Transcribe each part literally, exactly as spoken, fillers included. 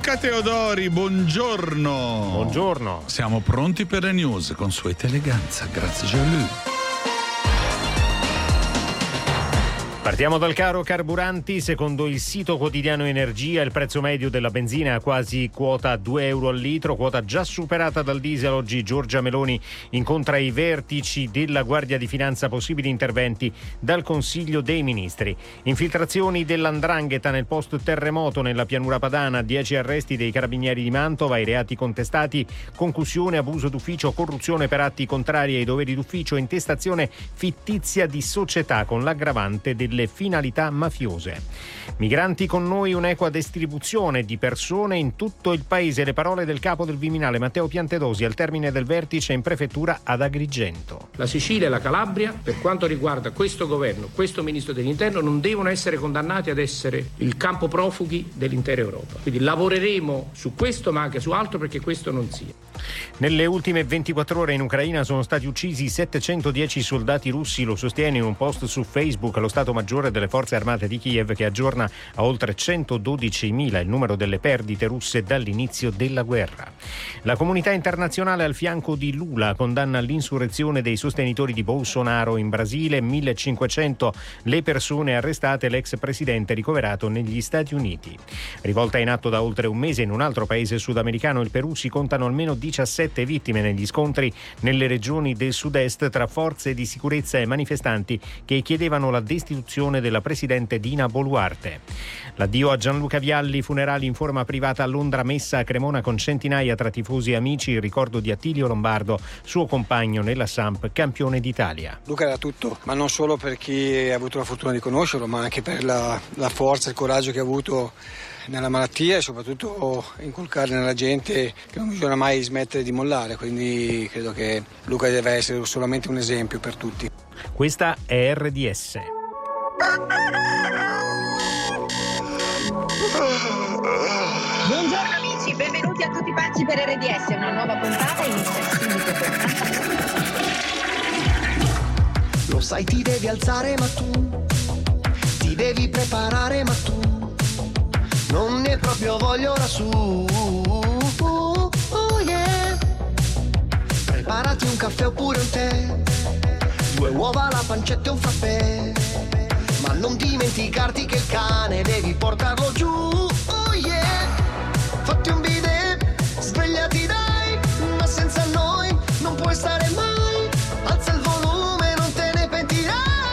Luca Teodori, buongiorno. Buongiorno. Siamo pronti per le news con consueta eleganza. Grazie a lui. Partiamo dal caro carburanti. Secondo il sito quotidiano Energia, il prezzo medio della benzina è quasi quota due euro al litro, quota già superata dal diesel. Oggi Giorgia Meloni incontra i vertici della Guardia di Finanza, possibili interventi dal Consiglio dei Ministri. Infiltrazioni dell'Andrangheta nel post terremoto nella pianura padana, dieci arresti dei carabinieri di Mantova, i reati contestati: concussione, abuso d'ufficio, corruzione per atti contrari ai doveri d'ufficio, intestazione fittizia di società con l'aggravante delle finalità mafiose. Migranti con noi, un'equa distribuzione di persone in tutto il paese. Le parole del capo del Viminale Matteo Piantedosi al termine del vertice in prefettura ad Agrigento. La Sicilia e la Calabria, per quanto riguarda questo governo, questo ministro dell'interno, non devono essere condannati ad essere il campo profughi dell'intera Europa. Quindi lavoreremo su questo, ma anche su altro, perché questo non sia. Nelle ultime ventiquattro ore in Ucraina sono stati uccisi settecentodieci soldati russi, lo sostiene in un post su Facebook lo Stato Maggiore delle Forze Armate di Kiev, che aggiorna a oltre centododicimila il numero delle perdite russe dall'inizio della guerra. La comunità internazionale al fianco di Lula condanna l'insurrezione dei sostenitori di Bolsonaro in Brasile. millecinquecento le persone arrestate, l'ex presidente ricoverato negli Stati Uniti. Rivolta in atto da oltre un mese in un altro paese sudamericano, il Perù, si contano almeno diciassette vittime negli scontri nelle regioni del sud-est tra forze di sicurezza e manifestanti che chiedevano la destituzione della presidente Dina Boluarte. L'addio a Gianluca Vialli, funerali in forma privata a Londra, messa a Cremona con centinaia tra tifosi e amici, il ricordo di Attilio Lombardo, suo compagno nella Samp, campione d'Italia. Luca era tutto, ma non solo per chi ha avuto la fortuna di conoscerlo, ma anche per la, la forza e il coraggio che ha avuto nella malattia, e soprattutto inculcare nella gente che non bisogna mai smettere di mollare. Quindi credo che Luca deve essere solamente un esempio per tutti. Questa è R D S. Buongiorno amici, benvenuti a tutti pazzi per R D S. Una nuova puntata inizia subito con... Lo sai, ti devi alzare ma tu ti devi preparare ma tu non ne proprio voglio ora su. Oh, oh yeah. Preparati un caffè oppure un tè, due uova, la pancetta e un frappè, ma non dimenticarti che il cane devi portarlo giù. Oh yeah. Fatti un bidet, svegliati dai, ma senza noi non puoi stare mai. Alza il volume, non te ne pentirai.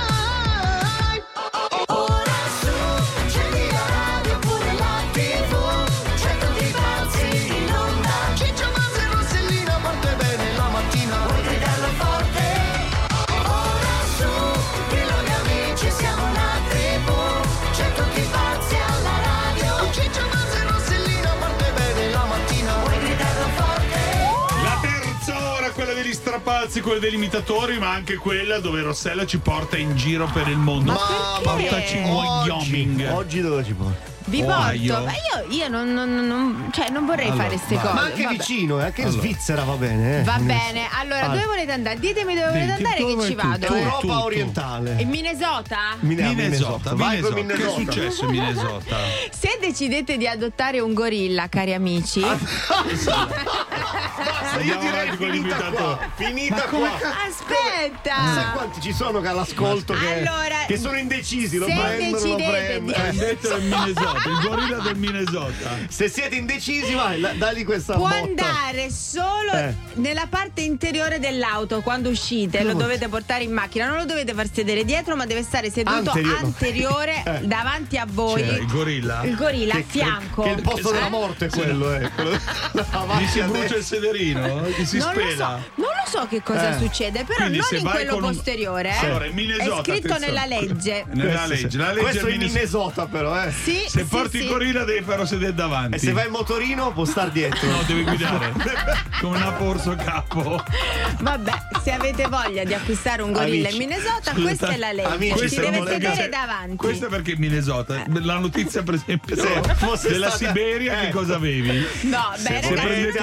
Ora su, accendi la radio pure la tivù, c'è tutti pazzi in onda. Ciccio, Mazza e Rossellina, parte bene la mattina. Vuoi gridarlo forte? Ora su, dillo agli amici, siamo una tribù, c'è tutti pazzi alla radio. Ciccio, Mazza e Rossellina, parte bene la mattina. Vuoi gridarlo forte? La terza ora, quella degli strapazzi, quella degli imitatori, ma anche quella dove Rossella ci porta in giro per il mondo. Ma perché? Portaci in Wyoming. Oggi dove ci porti? Vi Ohio. porto, ma io, io non, non, non, cioè non vorrei Allora, fare queste vai. cose. Ma anche Vabbè. vicino, eh, anche in Allora. Svizzera va bene. Eh. Va bene, allora Ah. dove volete andare? Ditemi dove volete Dite, andare dove che ci vai tu? vado. Tu, eh. Europa tu, tu. orientale. In Minnesota? Mine- Minnesota, Vai con Minnesota. Che è Minnesota. successo in Minnesota? Se decidete di adottare un gorilla, cari amici, Basta, io Andiamo direi avanti con finita l'imitato. qua. Finita qua. aspetta. Sai quanti ci sono che all'ascolto che, Allora, che sono indecisi, lo se prendono, lo decidete prendono. Hai detto del Minnesota, il gorilla del Minnesota. Se siete indecisi, vai, la- dagli questa può botta. andare solo Eh. nella parte interiore dell'auto quando uscite, lo dovete portare in macchina, non lo dovete far sedere dietro, ma deve stare seduto Anteriore. anteriore Eh. davanti a voi. Cioè, il gorilla? Il gorilla a Che- fianco. Che è il posto Eh? della morte quello, eh. Quello- davanti Gli si a brucia te. il sederino? Gli si non lo spela? so, non lo so che cosa Eh. succede, però Quindi non se in vai quello con un- posteriore. eh. Allora, in Minnesota, è scritto attenzione. nella legge. Nella Questo legge, sì. la legge Questo è in Minnesota. Minnesota però, eh. Sì, Se sì, porti sì. il gorilla devi farlo sedere davanti. E se vai in motorino può star dietro. No, devi guidare come una porso capo. Vabbè, se avete voglia di acquistare un gorilla Amici, in Minnesota, scusa, questa è la legge. amici, si se deve volete- sedere se- davanti. Questo è perché in Minnesota. La notizia, per esempio, Se fosse della stata- Siberia, eh. che cosa avevi? No, Se beh, volete ragazzi, non se- adottare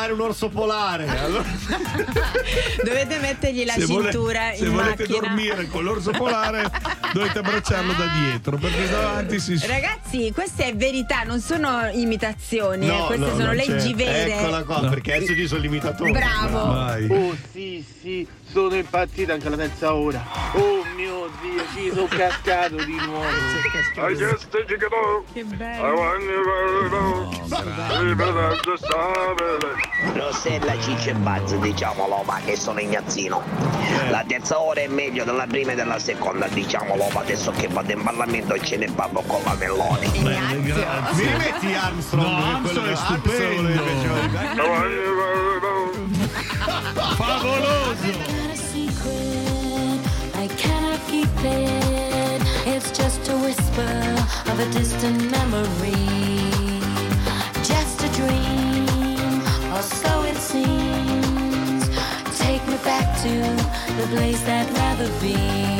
diventare un orso polare. Allora, Dovete mettergli la se vole- cintura se in volete macchina. dormire con l'orso polare dovete abbracciarlo da dietro, perché davanti si Ragazzi, questa è verità, non sono imitazioni, eh, No, queste no, sono non leggi c'è. vere. Eccola qua, perché adesso ci sono l'imitatore. Bravo. Vai. Oh sì sì, sono impazzito anche alla terza ora. Oh mio Dio, ci sono cascato di nuovo. Che bello. Rossella, Ciccio e Buzz, diciamolo, ma che sono ignazzino. La terza ora è meglio della prima e della seconda, diciamolo, ma adesso che vado in Parlamento e ce ne parlo con la Meloni. Bene, grazie. Mi rimetti Armstrong? No, che Armstrong quello- è stupendo. Favoloso. I cannot keep it. It's just a whisper of a distant memory. Just a dream, or so it seems. Take me back to the place I'd rather be.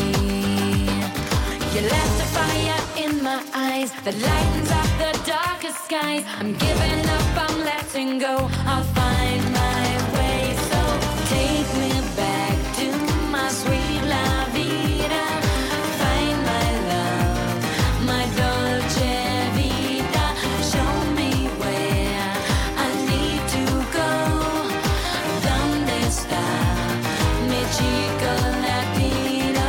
You left a fire in my eyes that lightens up the darkest skies. I'm giving up, I'm letting go. I'll find my way. So take me back to my sweet la vida. Find my love, my dolce vita. Show me where I need to go. Donde está mi chico latino?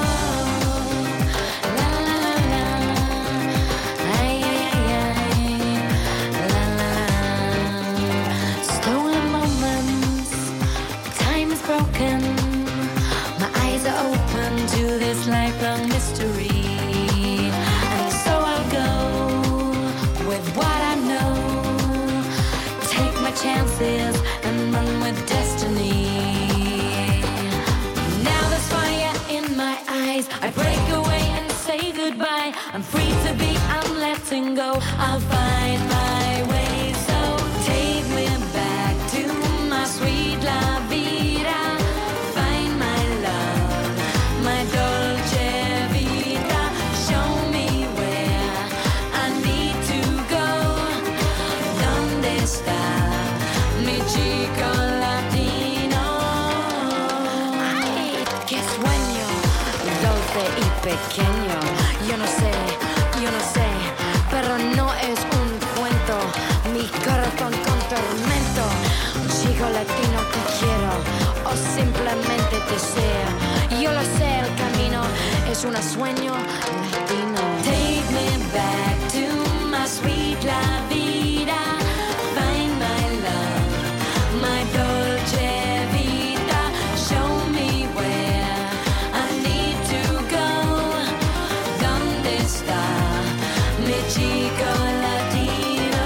La la la la, ay ay ay ay, la la la. Stolen moments, time is broken. My eyes are open to this lifelong mystery. And so I'll go with what I know. Take my chances and run with destiny. Now there's fire in my eyes. I break away and say goodbye. I'm free to be, I'm letting go. I'll find my way. So take me back to my sweet la vida. Find my love, my dolce vita. Show me where I need to go. Donde está mi chico latino? Ay, qué sueño dulce y pequeño. Yo no sé, yo no sé, pero no es un cuento. Mi corazón con tormento. Un chico latino que quiero o simplemente deseo. Yo lo sé, el camino es un sueño latino. Take me back to my sweet la vida. Find my love, my dolce vita. Show me where I need to go. Donde está mi chico latino?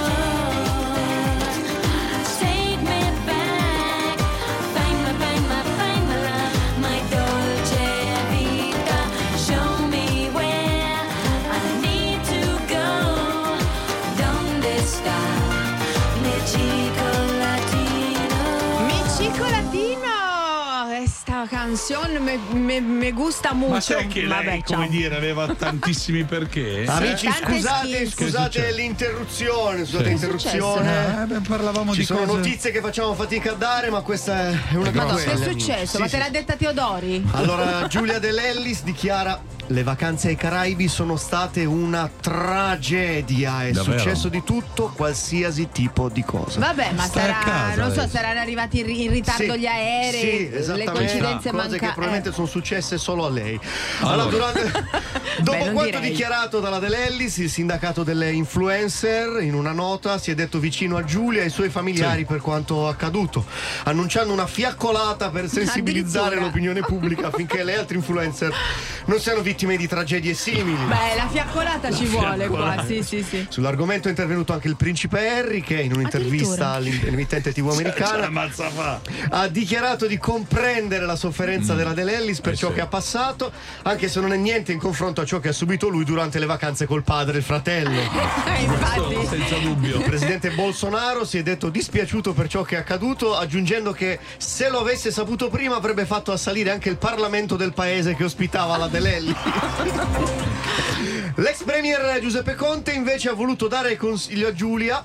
Take me back. Find my, find my, find my love, my dolce vita. Show me where I need to go. Donde está mi chico latino? Mi chico latino. Esta canzone me, me, me gusta mucho. Ma sai che lei, Vabbè, come ciao. dire, aveva tantissimi perché? Amici, Tante scusate, skills. scusate Che succede? l'interruzione, scusate Sì. l'interruzione. Eh, beh, parlavamo Ci di sono cose... notizie che facciamo fatica a dare, ma questa è una Ma grossa. che è successo? Sì, Ma sì. te l'ha detta Teodori? Allora, Giulia De Lellis dichiara: le vacanze ai Caraibi sono state una tragedia, è Davvero? successo di tutto, qualsiasi tipo di cosa. Vabbè, ma Stai a sarà, casa non so, adesso. saranno arrivati in, in ritardo Sì, gli aerei, sì, le esattamente. coincidenze Cose che mancate. probabilmente sono successe solo a lei. Allora. Allora, durante- dopo non quanto direi. dichiarato dalla De Lellis, il sindacato delle influencer in una nota si è detto vicino a Giulia e ai suoi familiari Sì. per quanto accaduto, annunciando una fiaccolata per sensibilizzare Addirittura. l'opinione pubblica affinché le altre influencer non siano vittime di tragedie simili. Beh, la fiaccolata ci vuole qua, sì, sì, sì. Sull'argomento è intervenuto anche il principe Harry, che in un'intervista all'emittente tivù americana Ammazza fa. ha dichiarato di comprendere la sofferenza della De Lellis per Eh, ciò sì. che ha passato, anche se non è niente in confronto a ciò che ha subito lui durante le vacanze col padre e il fratello. Eh, infatti. Senza dubbio. Il presidente Bolsonaro si è detto dispiaciuto per ciò che è accaduto, aggiungendo che se lo avesse saputo prima avrebbe fatto assalire anche il Parlamento del paese che ospitava la De Lellis. L'ex premier Giuseppe Conte invece ha voluto dare consiglio a Giulia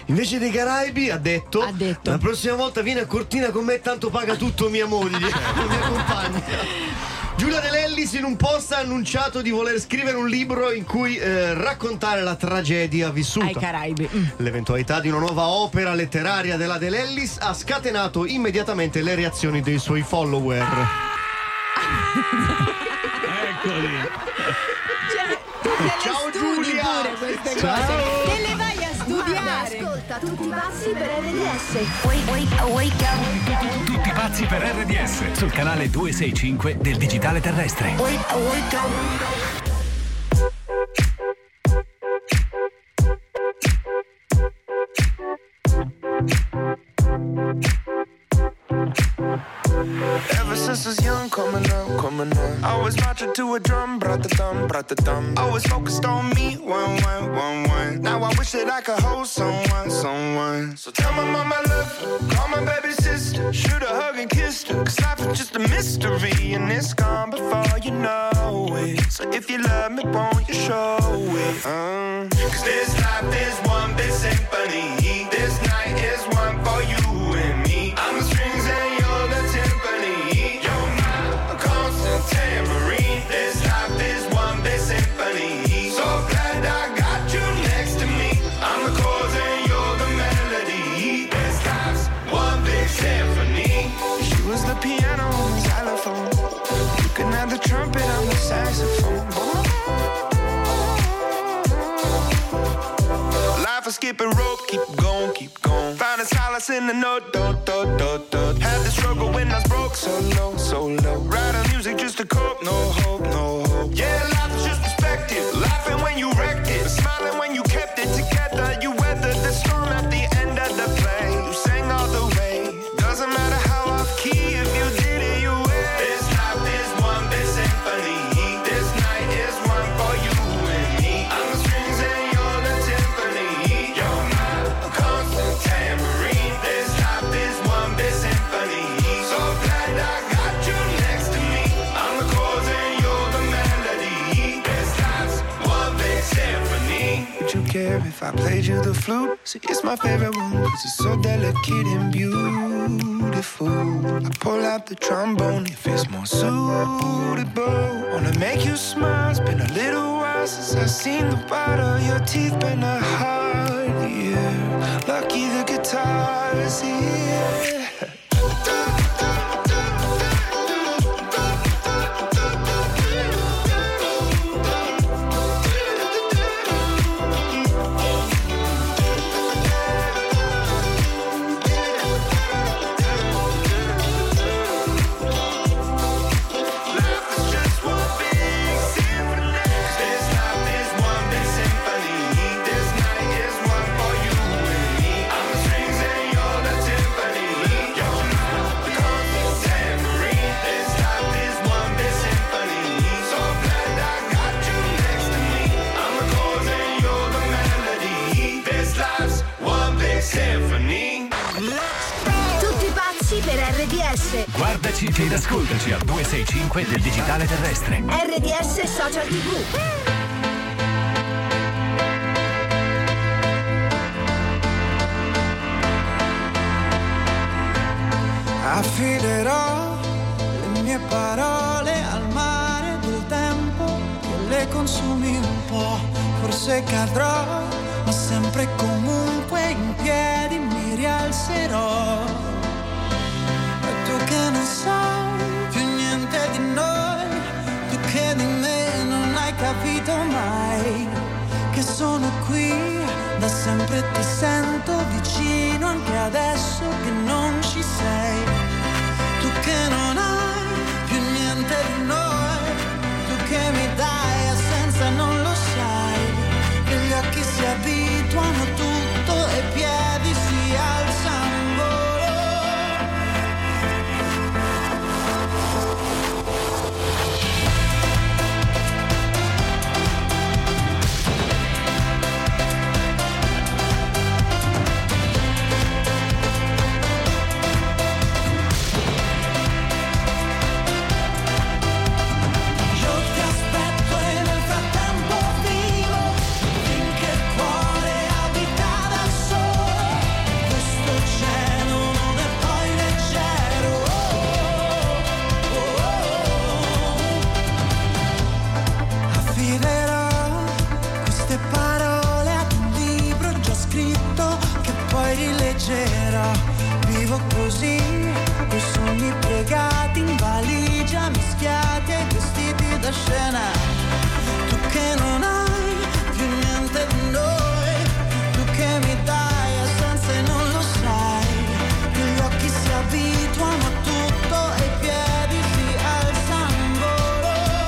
Invece dei Caraibi ha detto, Ha detto. la prossima volta vieni a Cortina con me, tanto paga tutto mia moglie, la mia compagna. Giulia De Lellis in un post ha annunciato di voler scrivere un libro in cui eh, raccontare la tragedia vissuta ai Caraibi. Mm. L'eventualità di una nuova opera letteraria della De Lellis ha scatenato immediatamente le reazioni dei suoi follower. Eccoli. Cioè, tu te le Ciao, studi Giulia. pure queste Ciao. cose. Te le vai a studiare. Ascolta tutti pazzi per R D S. Wake, wake, wake up. Tutti pazzi per R D S sul canale duecentosessantacinque del digitale terrestre. Wake, wake up. Ever since I was young, coming up, coming up, I was marching to a drum, brought the thumb, brought the thumb. Always focused on me, one, one, one, one. Now I wish that I could hold someone, someone. So tell my mama I love her, call my baby sister, shoot a hug and kiss her. Cause life is just a mystery and it's gone before you know it. So if you love me, won't you show it? Uh. Cause this life is one big symphony. This night is one for you and me. I'm the strings and you're the timpani. You're my constant tambourine. This life is one big symphony. So glad I got you next to me. I'm the chords and you're the melody. This life's one big symphony. She was the piano and the xylophone. You can have the trumpet and the saxophone. Life is skipping rope, keep going, keep going. Finding solace in the note, dot, dot, dot, dot. Had the struggle when I was broke, so low, so low. Writing music just to cope, no hope, no hope. Yeah, life is just perspective. Laughing when you wrecked it, smiling when you kept it together. You weathered the storm at the end of the play. You sang all the way. Doesn't matter how off key, if you did it, you win. This life is one big symphony. This night is one for you and me. I'm the strings and you're the timpani. You're my constant tambourine. This life is one big symphony. So glad I got you next to me. I'm the chords and you're the melody. This life's one big symphony. Would you care if I played you the flute? See, it's my favorite one, cause it's so delicate and beautiful. I pull out the trombone if it's more suitable. Wanna make you smile, it's been a little while since I've seen the white of your teeth. Been a hard year, lucky the guitar is here. Tutti pazzi per R D S. Guardaci ed ascoltaci al duecentosessantacinque del digitale terrestre. R D S Social T V. Affiderò le mie parole al mare del tempo, che le consumi un po', forse cadrò, ma sempre e comunque in piedi mi rialzerò. E tu che non sai più niente di noi, tu che di me non hai capito mai, che sono qui da sempre, ti sento vicino anche adesso che non ci sei. Tu che non hai più niente di noi, tu che mi dai assenza non lo sai, che gli occhi si abituano a tutto e i piedi si alzano in volo. poi leggera. Vivo così, coi sogni piegati in valigia, mischiati ai vestiti da scena. Tu che non hai più niente di noi, tu che mi dai assenza e non lo sai, che gli occhi si abituano a tutto e i piedi si alzano in volo.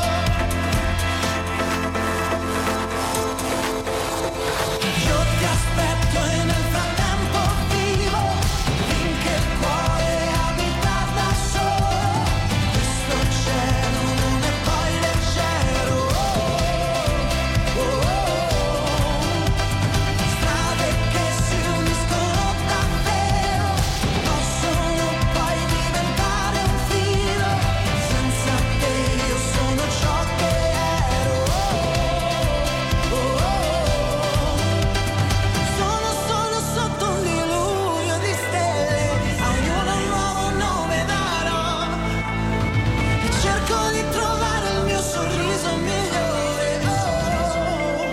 Io ti aspetto e nel frattempo vivo, finché il cuore abita da solo. Questo cielo non è poi leggero. Oh, oh, oh. Strade che si uniscono davvero, possono poi diventare un filo. Senza te io sono ciò che ero. Oh, oh, oh. Sono solo sotto un diluvio di stelle, a ognuno un nuovo nome darò, e cerco di trovare il mio sorriso migliore. Oh,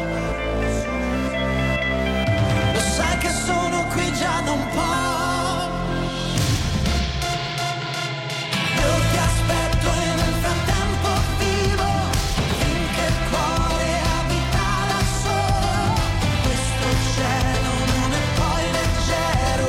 lo sai che sono qui già da un po'. Io ti aspetto e nel frattempo vivo, finché il cuore abita da solo. Questo cielo non è poi leggero.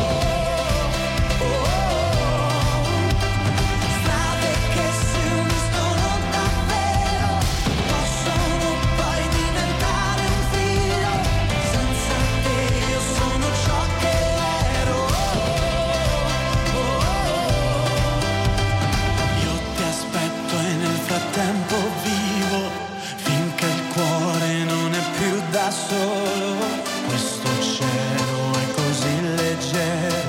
Oh, oh, oh. Strade che si uniscono davvero, possono poi diventare un filo. Senza te io sono ciò che ero. Oh, oh, oh. Io ti aspetto e nel frattempo vivo, finché il cuore non è più da solo. Questo cielo è così leggero.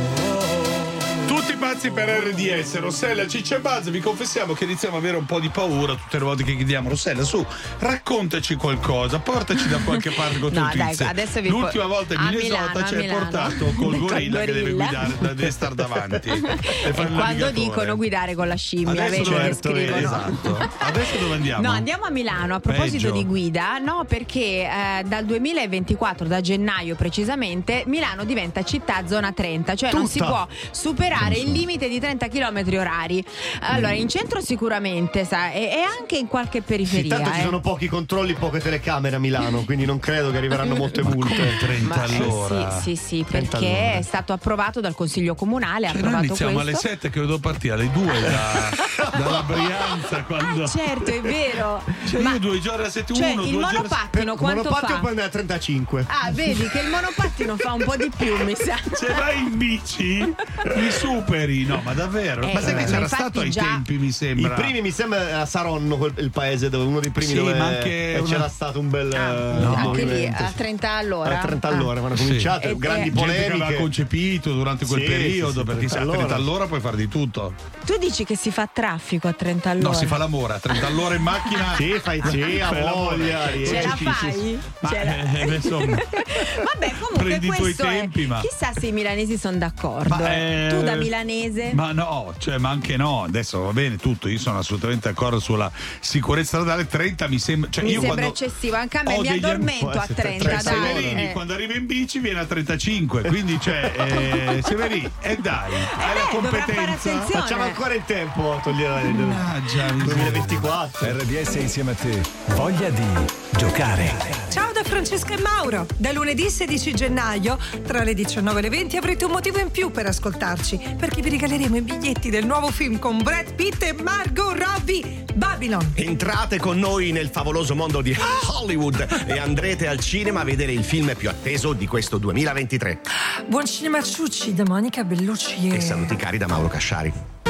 Tutti pazzi per R D S, Rossella, Ciccia e Buzz, vi confessiamo che iniziamo a avere un po' di paura tutte le volte che chiediamo. Rossella, su, raccontaci qualcosa, portaci da qualche parte con No, tutti dai, i se- adesso vi L'ultima po- volta in a Minnesota Milano, ci a hai Milano. portato col Col gorilla che deve gorilla. guidare, deve stare davanti. E E fare il quando navigatore. dicono guidare con la scimmia, Adesso vedi che certo, scrivono. esatto. Adesso dove andiamo? No, andiamo a Milano a proposito Peggio. di guida, no, perché eh, dal duemilaventiquattro, da gennaio precisamente, Milano diventa città zona trenta, cioè non si Tutta. può superare il limite di trenta chilometri orari. Allora, Mm. in centro sicuramente, sa, e, e anche in qualche Sì, periferia. tanto ci eh. sono pochi controlli, poche telecamere a Milano, quindi non credo che arriveranno molte multe. trenta Ma, eh, all'ora. sì, sì, sì, trenta perché all'ora. è stato approvato dal Consiglio Comunale, ha Cioè, noi approvato iniziamo questo. alle sette, che devo partire alle due da, dalla Brianza quando... Ah, certo, è vero. Cioè Ma- io due giorni a sette, cioè, uno, il due giorni a monopattino quanto Monopattino fa? può andare a trentacinque. Ah, vedi che il monopattino fa un po' di più, mi sa. Se vai in bici mi superi, no, ma davvero? Eh, ma sai che ma c'era infatti stato ai già- tempi, mi I sembra. primi mi sembra a Saronno, quel- il paese dove uno dei primi Sì, dove ma anche eh, una- c'era stato un bel Ah, eh, no, anche lì movimento. a trenta all'ora. A trenta Ah. all'ora avevano Sì. cominciato, E- grandi e- Gente che aveva polemiche. concepito durante quel Sì, periodo, sì, sì, perché se a trenta trenta all'ora. all'ora puoi fare di tutto. Tu dici che si fa traffico a trenta all'ora? No, si fa l'amore a trenta all'ora in macchina. Sì, fai sì, a Fai l'amore. voglia. Ce riesci. la fai? Ma, Ce la- eh, insomma, Vabbè, comunque prendi i tuoi questo tempi, è. ma- Chissà se i milanesi sono d'accordo. Ma, eh, Tu da milanese? Ma no, cioè, ma anche no, adesso va bene tutto, io sono assolutamente d'accordo sulla sicurezza stradale. Trenta mi sembra, cioè mi io sembra quando eccessivo, anche a me ho mi degli am- addormento può a essere trenta, trenta dai. Severini eh. quando arriva in bici viene a trentacinque, quindi cioè eh, Severini, e dai, hai la Eh, dovrà fare competenza. attenzione. Facciamo ancora in tempo a togliere la legge. Mannaggia, duemilaventiquattro. R D S insieme a te. Voglia di giocare. Ciao da Francesca e Mauro. Da lunedì sedici gennaio, tra le diciannove e le venti, avrete un motivo in più per ascoltarci, perché vi regaleremo i biglietti del nuovo film con Brad Pitt e Margot Robbie, Babylon. Entrate con noi nel favoloso mondo di Hollywood e andrete al cinema a vedere il film più atteso di questo duemilaventitré. Buon cinema ciucci da Monica Bellucci E saluti cari da Mauro Casciari.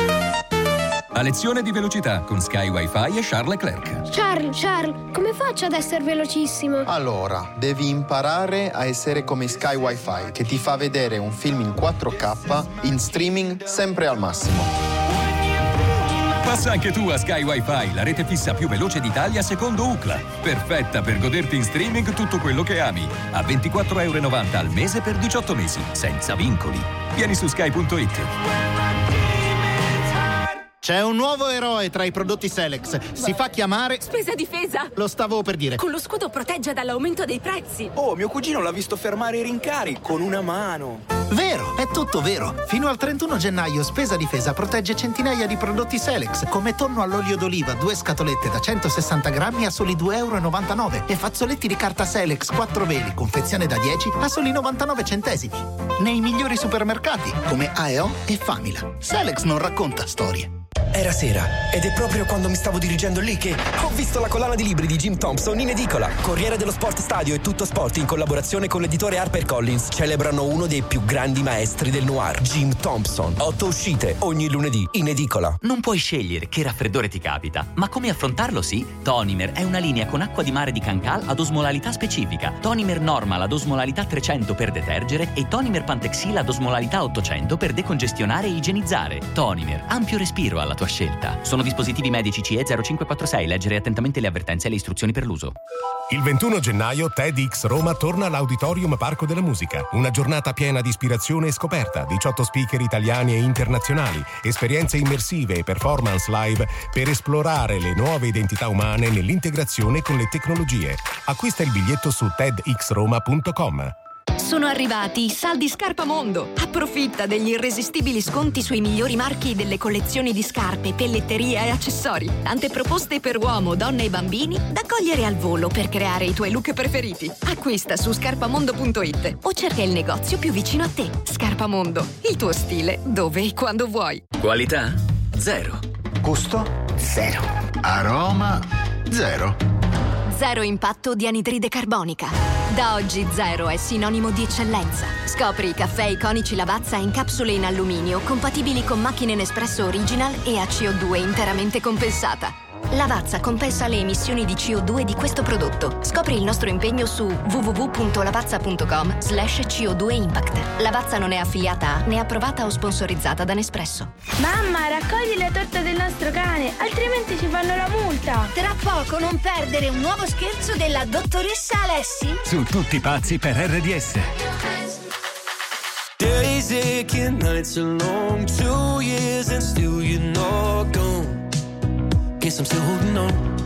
A lezione di velocità con Sky Wi-Fi e Charles Leclerc. Charles, Charles, come faccio ad essere velocissimo? Allora, devi imparare a essere come Sky Wi-Fi, che ti fa vedere un film in quattro K in streaming sempre al massimo. Passa anche tu a Sky Wi-Fi, la rete fissa più veloce d'Italia secondo U C L A. Perfetta per goderti in streaming tutto quello che ami. A ventiquattro e novanta euro al mese per diciotto mesi, senza vincoli. Vieni su sky punto it. C'è un nuovo eroe tra i prodotti Selex. Si fa chiamare... Spesa difesa! Lo stavo per dire. Con lo scudo protegge dall'aumento dei prezzi. Oh, mio cugino l'ha visto fermare i rincari con una mano. Vero, è tutto vero. Fino al trentuno gennaio Spesa Difesa protegge centinaia di prodotti Selex, come tonno all'olio d'oliva, due scatolette da centosessanta grammi a soli due virgola novantanove euro e fazzoletti di carta Selex quattro veli, confezione da dieci a soli novantanove centesimi. Nei migliori supermercati, come Aeon e Famila. Selex non racconta storie. Era sera ed è proprio quando mi stavo dirigendo lì che ho visto la collana di libri di Jim Thompson in edicola. Corriere dello Sport Stadio e Tutto Sport, in collaborazione con l'editore HarperCollins, celebrano uno dei più grandi maestri del noir, Jim Thompson. Otto uscite ogni lunedì in edicola. Non puoi scegliere che raffreddore ti capita, ma come affrontarlo sì? Tonimer è una linea con acqua di mare di Cancal ad osmolarità specifica. Tonimer Normal ad osmolarità trecento per detergere e Tonimer Pantexil ad osmolarità ottocento per decongestionare e igienizzare. Tonimer, ampio respiro alla tua scelta. Sono dispositivi medici C E zero cinque quattro sei. Leggere attentamente le avvertenze e le istruzioni per l'uso. Il ventuno gennaio TEDx Roma torna all'Auditorium Parco della Musica. Una giornata piena di ispirazione e scoperta, diciotto speaker italiani e internazionali, esperienze immersive e performance live per esplorare le nuove identità umane nell'integrazione con le tecnologie. Acquista il biglietto su ted x roma punto com. Sono arrivati i saldi Scarpamondo. Approfitta degli irresistibili sconti sui migliori marchi delle collezioni di scarpe, pelletteria e accessori. Tante proposte per uomo, donna e bambini da cogliere al volo per creare i tuoi look preferiti. Acquista su scarpamondo punto it o cerca il negozio più vicino a te. Scarpamondo, il tuo stile dove e quando vuoi. Qualità? Zero. Gusto? Zero. Aroma? Zero. Zero impatto di anidride carbonica. Da oggi Zero è sinonimo di eccellenza. Scopri i caffè iconici Lavazza in capsule in alluminio compatibili con macchine Nespresso Original e a C O due interamente compensata. Lavazza compensa le emissioni di C O due di questo prodotto. Scopri il nostro impegno su w w w punto lavazza punto com slash C O due impact. Lavazza non è affiliata a né approvata o sponsorizzata da Nespresso. Mamma, raccogli la torta del nostro cane, altrimenti ci fanno la multa. Tra poco non perdere un nuovo scherzo della dottoressa Alessi su Tutti pazzi per R D S. Days aching, nights are long, two years and still you're not gone. Guess I'm still holding on.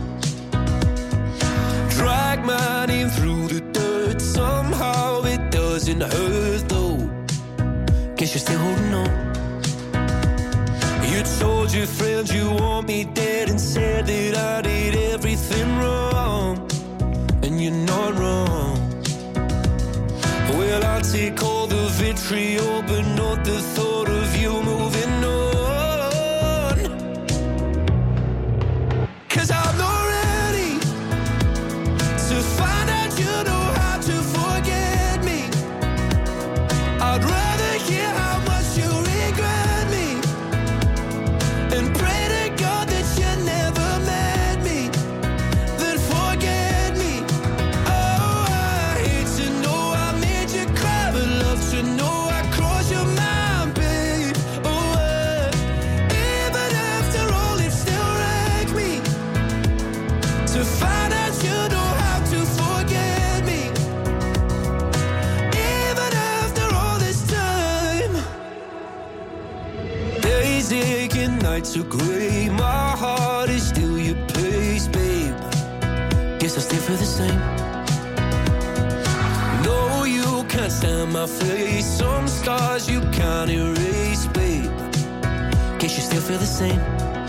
Drag my name through the dirt, somehow it doesn't hurt though. Guess you're still holding on. You told your friends you want me dead and said that I did everything wrong, and you're not wrong. Well, I'll take all the vitriol, but not the thought of you moving on. Cause I'm not ready to find out you know how to forget me. I'd rather hear how much you regret me and pray to God that you never met me, then forget me. Oh, I hate to know I made you cry, but love to know I crossed your mind, babe. Oh, uh, even after all it still wrecks me to find out you know how to forget me, even after all this time. Days aching, nights are gray, my heart is still your place, babe. Guess I still feel the same. No, you can't stand my face, some scars you can't erase, babe. Guess you still feel the same.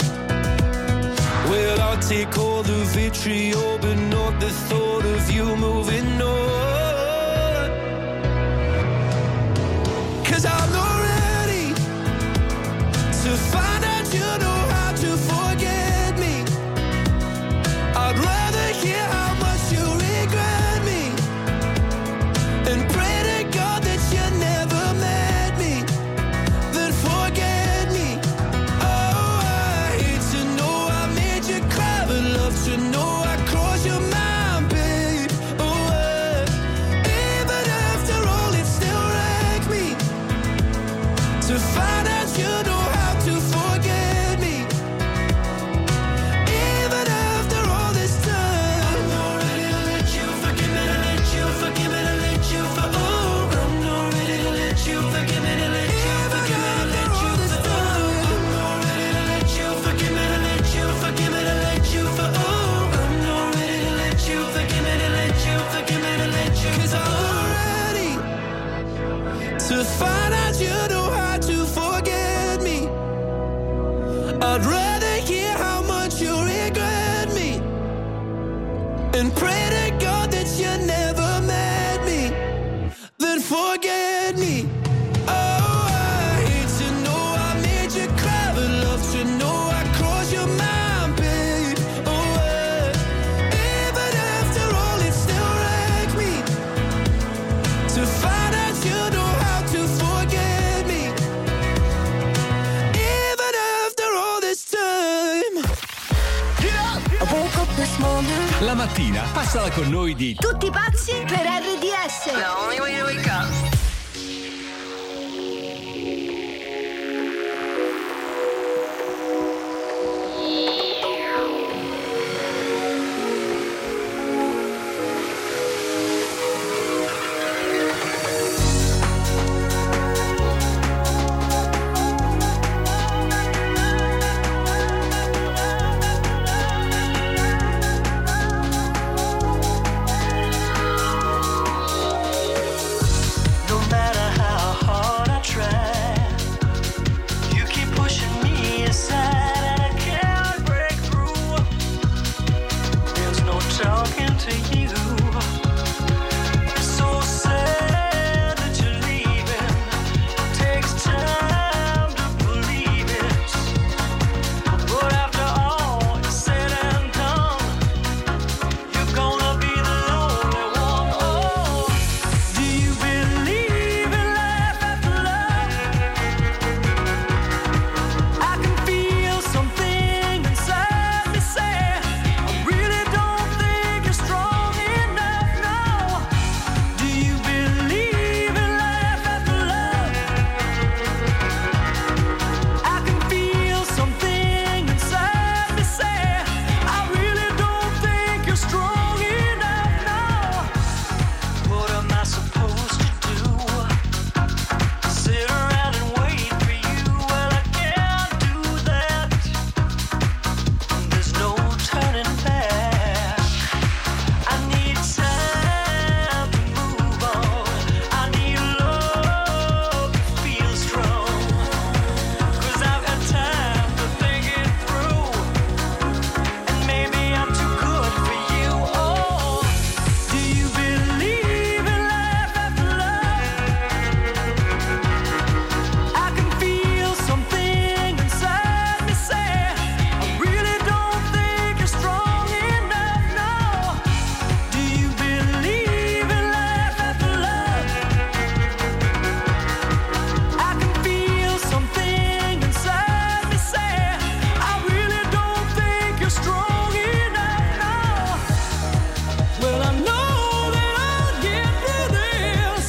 Well, I'll take all the vitriol, but not the thought of you moving on. Cause I'm not ready to find out you know how to forget me. I'd rather hear how much you regret me and pray to God that you never met me, then forget me. Oh, I hate to know I made you cry, but love to know I crossed your mind, babe. Oh, uh, I'd rather hear how much you regret me and pray to God that you never met me than forget me. Oh, I hate to know I made you cry, but love to know I crossed your mind, babe. Oh, uh, even after all, it still wrecks me to find out you know how to forget me. Even after all this time. I woke up this morning. La mattina passala con noi di Tutti pazzi per R D S. The only way to wake up. No matter how hard I try, you keep pushing me aside and I can't break through. There's no talking to you. It's so sad that you're leaving. It takes time to believe it. But after all is said and done, you're gonna be the lonely one. Oh, do you believe in life after love? I can feel something inside me say, I really don't think you're strong enough now. Do you believe in life after love? I can feel something inside me say, I really don't think you're strong enough now. What am I supposed to do? Sit around and wait for you? Well, I can't do that. There's no turning back. I need time to move on. I need love to feel strong. 'Cause I've had time to think it through. And maybe I'm too good for you. Oh, do you believe in life after love? I can feel something inside me say, I really don't think you're strong enough now. Do you believe in life after love? I can feel something inside me say, I really don't think you're strong enough now. Well, I know that I'll get through this,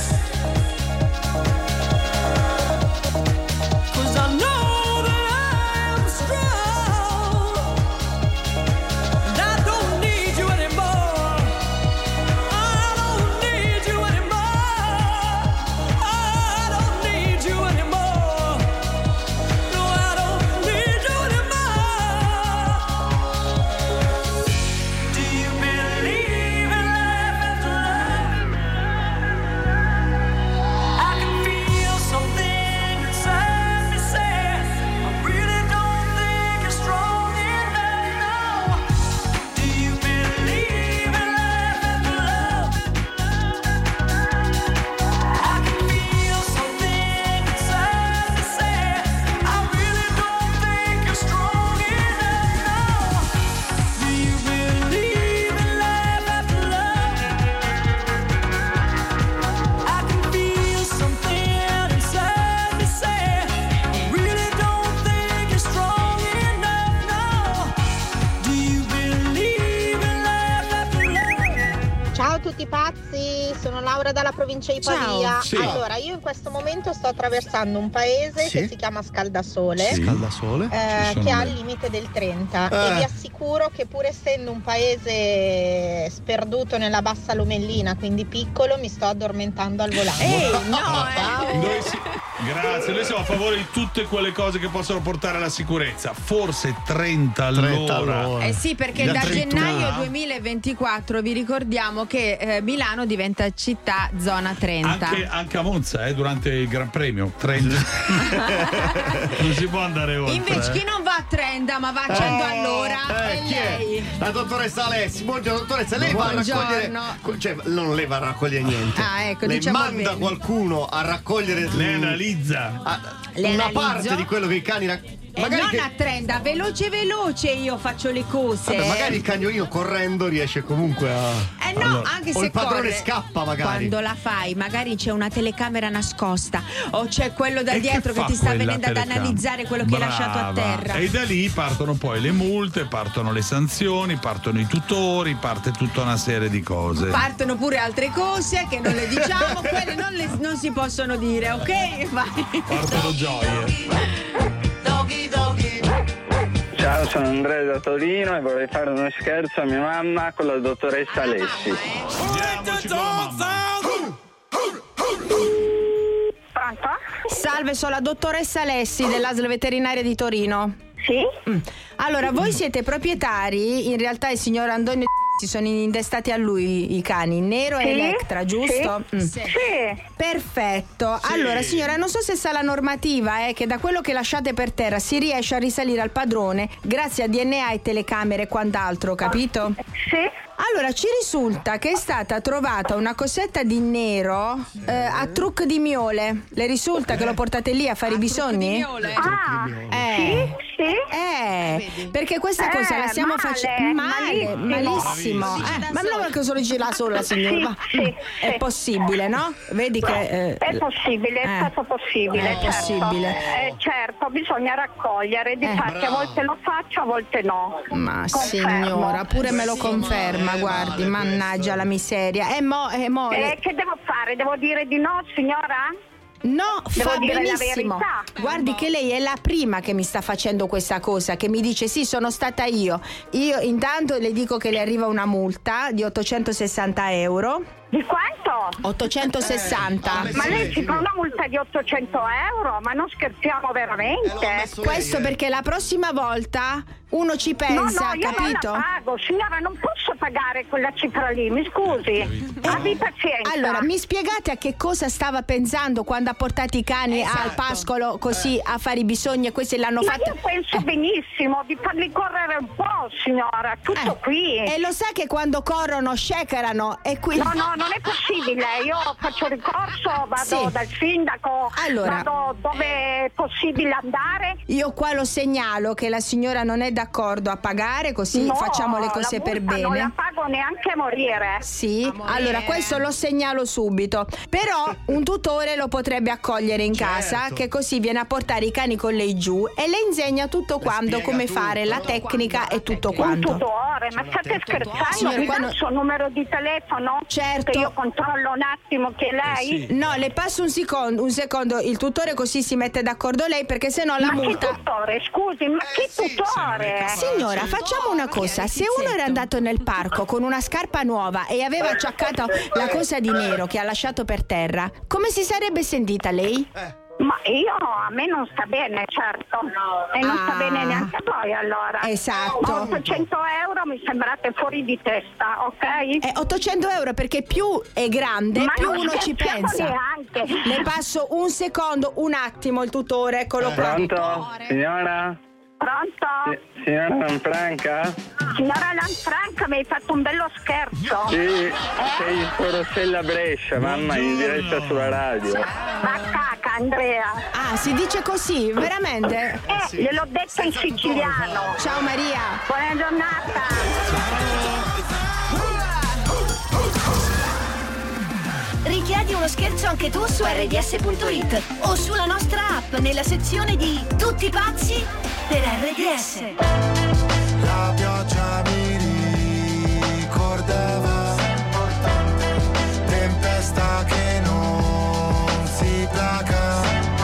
'cause I know that I am strong. And I don't need you anymore. I don't need you anymore. I don't need you anymore. No, I don't need you anymore. Do you believe in life after love? I can feel something inside me say, I really don't think you're strong enough now. Do you believe in life after love? I can feel something inside me say, I really don't think you're strong enough now. Do you believe in life after love? I can feel something inside me say, I really don't think you're strong enough now. Do you believe in life after love? Ciao a tutti pazzi, sono Laura dalla provincia di Ciao. Pavia. Sì. Allora, io in questo momento sto attraversando un paese Sì. che si chiama Scaldasole. Scaldasole. eh, Ci sono che ha le- il limite del trenta Eh. e vi assicuro che pur essendo un paese sperduto nella bassa Lomellina, quindi piccolo, mi sto addormentando al volante. Ehi, no, Ciao. eh. Noi si- Grazie, noi siamo a favore di tutte quelle cose che possono portare alla sicurezza. Forse trenta trenta all'ora. all'ora. Eh sì, perché Da da trentuno. gennaio duemilaventiquattro vi ricordiamo che eh, Milano diventa città zona trenta. Anche, anche a Monza, eh, durante il Gran Premio. trenta. Non si può andare oltre. Invece eh. chi non va a trenta ma va a cento all'ora eh, è chi lei. È? La dottoressa Alessi. Buongiorno dottoressa, lei va a raccogliere, cioè non lei va a raccogliere niente. Ah, ecco, lei diciamo manda bene. qualcuno a raccogliere. Le analizza. a- Le una analizzo. parte di quello che i cani rac- E magari non che- a trenta, veloce veloce io faccio le cose. Vabbè, magari il cagnolino correndo riesce comunque a. Eh no, Allora, anche o se il padrone corre. scappa magari. Quando la fai, magari c'è una telecamera nascosta o c'è quello da E dietro che che, fa ti sta quella venendo ad telecamera? analizzare quello che hai lasciato a Brava. terra. E da lì partono poi le multe, partono le sanzioni, partono i tutori, parte tutta una serie di cose. Partono pure altre cose che non le diciamo, quelle non, le- non si possono dire, ok? Vai. Partono gioie. Ciao, sono Andrea da Torino e vorrei fare uno scherzo a mia mamma con la dottoressa Alessi. Pronto? Salve, sono la dottoressa Alessi dell'A S L Veterinaria di Torino. Sì? Mm. Allora, voi siete proprietari, in realtà il signor Antonio si sono indestati a lui i cani, Nero Sì, e Electra, giusto? sì, Mm. sì. Perfetto. Sì. Allora, signora, non so se sa la normativa, eh, che da quello che lasciate per terra si riesce a risalire al padrone grazie a D N A e telecamere e quant'altro, capito? Sì. Allora, ci risulta che è stata trovata una cosetta di nero eh, a trucco di miole. Le risulta che lo portate lì a fare i bisogni? Ah, Eh. sì, sì. Eh, perché questa Eh, cosa la stiamo male, facendo male, malissimo. malissimo. Eh, ma non perché solo dice la sola, signora. Sì, Ma- sì, è sì. possibile, no? Vedi che eh, È possibile, è eh, stato possibile, è certo. possibile. Eh, certo, bisogna raccogliere, di Eh. fatti a volte lo faccio, a volte no. Ma Confermo. signora, pure me lo conferma, guardi, mannaggia la miseria. E mo, e mo. Eh, che devo fare? Devo dire di no, signora? No, Devo fa dire la benissimo. verità. Guardi che lei è la prima che mi sta facendo questa cosa, che mi dice sì, sono stata io. Io intanto le dico che le arriva una multa di ottocentosessanta euro. Di quanto? ottocentosessanta. Ma lei ci fa una multa di ottocento euro? Ma non scherziamo veramente? Questo perché la prossima volta uno ci pensa, no, no, io capito? non la pago, signora, non posso pagare quella cifra lì, mi scusi. Abbi pazienza. Allora, mi spiegate a che cosa stava pensando quando ha portato i cani Esatto. al pascolo così a fare i bisogni e questi l'hanno Ma fatto? io penso benissimo di farli correre un po', signora, tutto qui. E lo sa che quando corrono shakerano e quindi... No, no, non è possibile. Io faccio ricorso, vado Sì. dal sindaco, Allora. vado dove è possibile andare. Io qua lo segnalo che la signora non è d'accordo a pagare, così No, facciamo le cose la per multa bene. non la pago neanche a morire. Sì, allora questo lo segnalo subito. Però un tutore lo potrebbe accogliere in casa, che così viene a portare i cani con lei giù e le insegna tutto quanto, come fare, la tecnica e tutto Un quanto. tutore, ma state scherzando? Signora, Mi dà quando- il suo numero di telefono? Certo. Che io controllo un attimo che lei... No, le passo un secondo, un secondo il tutore così si mette d'accordo lei, perché se no la Ma multa. che tutore? Scusi, ma che tutore? Signora, facciamo una cosa, se uno era andato nel parco con una scarpa nuova e aveva acciaccato la cosa di nero che ha lasciato per terra, come si sarebbe sentita lei? Ma io, a me non sta bene, certo. E non sta Ah. bene neanche a voi, allora. Esatto. Ma ottocento euro mi sembrate fuori di testa, ok? È ottocento euro perché più è grande, Ma più non uno ci scherziamo pensa. neanche. Le passo un secondo, un attimo il tutore, eccolo qua. Pronto? Signora? Pronto? Si- Signora Lanfranca? Signora Lanfranca, mi hai fatto un bello scherzo. Sì, sei su Rossella Brescia, mamma, in diretta sulla radio. Va caca, Andrea. Ah, si dice così, veramente? Eh, gliel'ho detto in siciliano. Ciao Maria. Buona giornata. Richiedi uno scherzo anche tu su erre di esse punto it o sulla nostra app nella sezione di Tutti pazzi per erre di esse. La pioggia mi ricordava tempesta che non si placa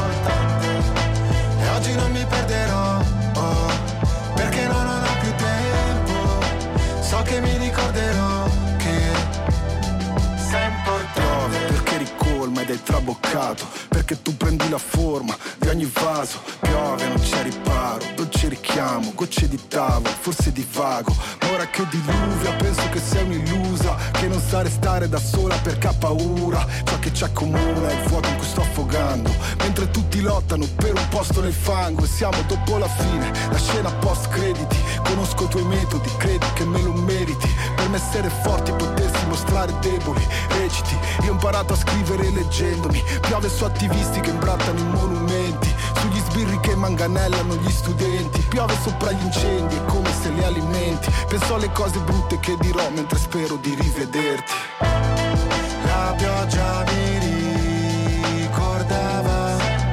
e oggi non mi perderò oh, perché non ho più tempo, so che mi ricorderò che sempre piove perché ricolma ed è traboccato, perché che tu prendi la forma di ogni vaso. Piove, non c'è riparo, dolce richiamo, gocce di tavolo, forse di vago. Ma ora che diluvia penso che sei un'illusa, che non sa restare da sola perché ha paura. Ciò che ci accomuna è il fuoco in cui sto affogando, mentre tutti lottano per un posto nel fango. E siamo dopo la fine, la scena post crediti. Conosco i tuoi metodi, credi che me lo meriti. Per me essere forti, potersi mostrare deboli. Reciti, io ho imparato a scrivere leggendomi. Piove su attivisti che imbrattano i monumenti, sugli sbirri che manganellano gli studenti. Piove sopra gli incendi, è come se li alimenti. Penso alle cose brutte che dirò mentre spero di rivederti. La pioggia mi ricordava,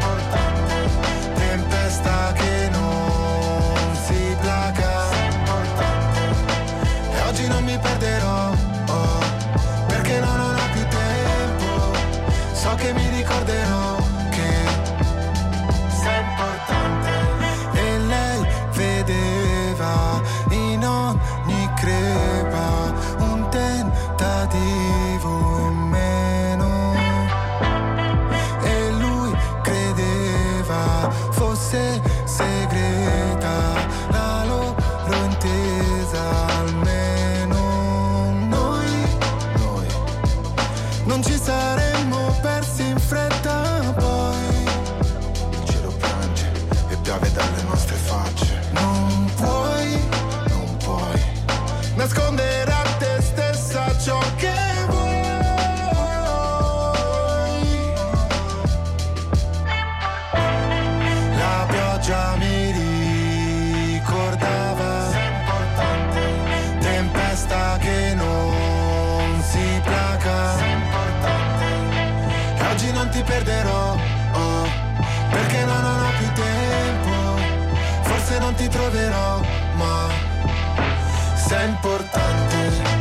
tempesta che non si placa. E oggi non mi perderò, oh, perché no, non ho più tempo. So che mi ricorderò che sei importante. E lei vedeva in ogni crepa un tentativo in meno, e lui credeva fosse segreta la loro intesa. Almeno noi, noi non ci saremmo persi in fretta. Poi il cielo piange e piove dalle nostre facce. Non puoi, non puoi nascondere a te stessa ciò che vuoi. La pioggia mi ricordava, tempesta che non si placa. E oggi non ti perderò, oh, perché no, non ho più tempo. Forse non ti troverò, ma sei importante.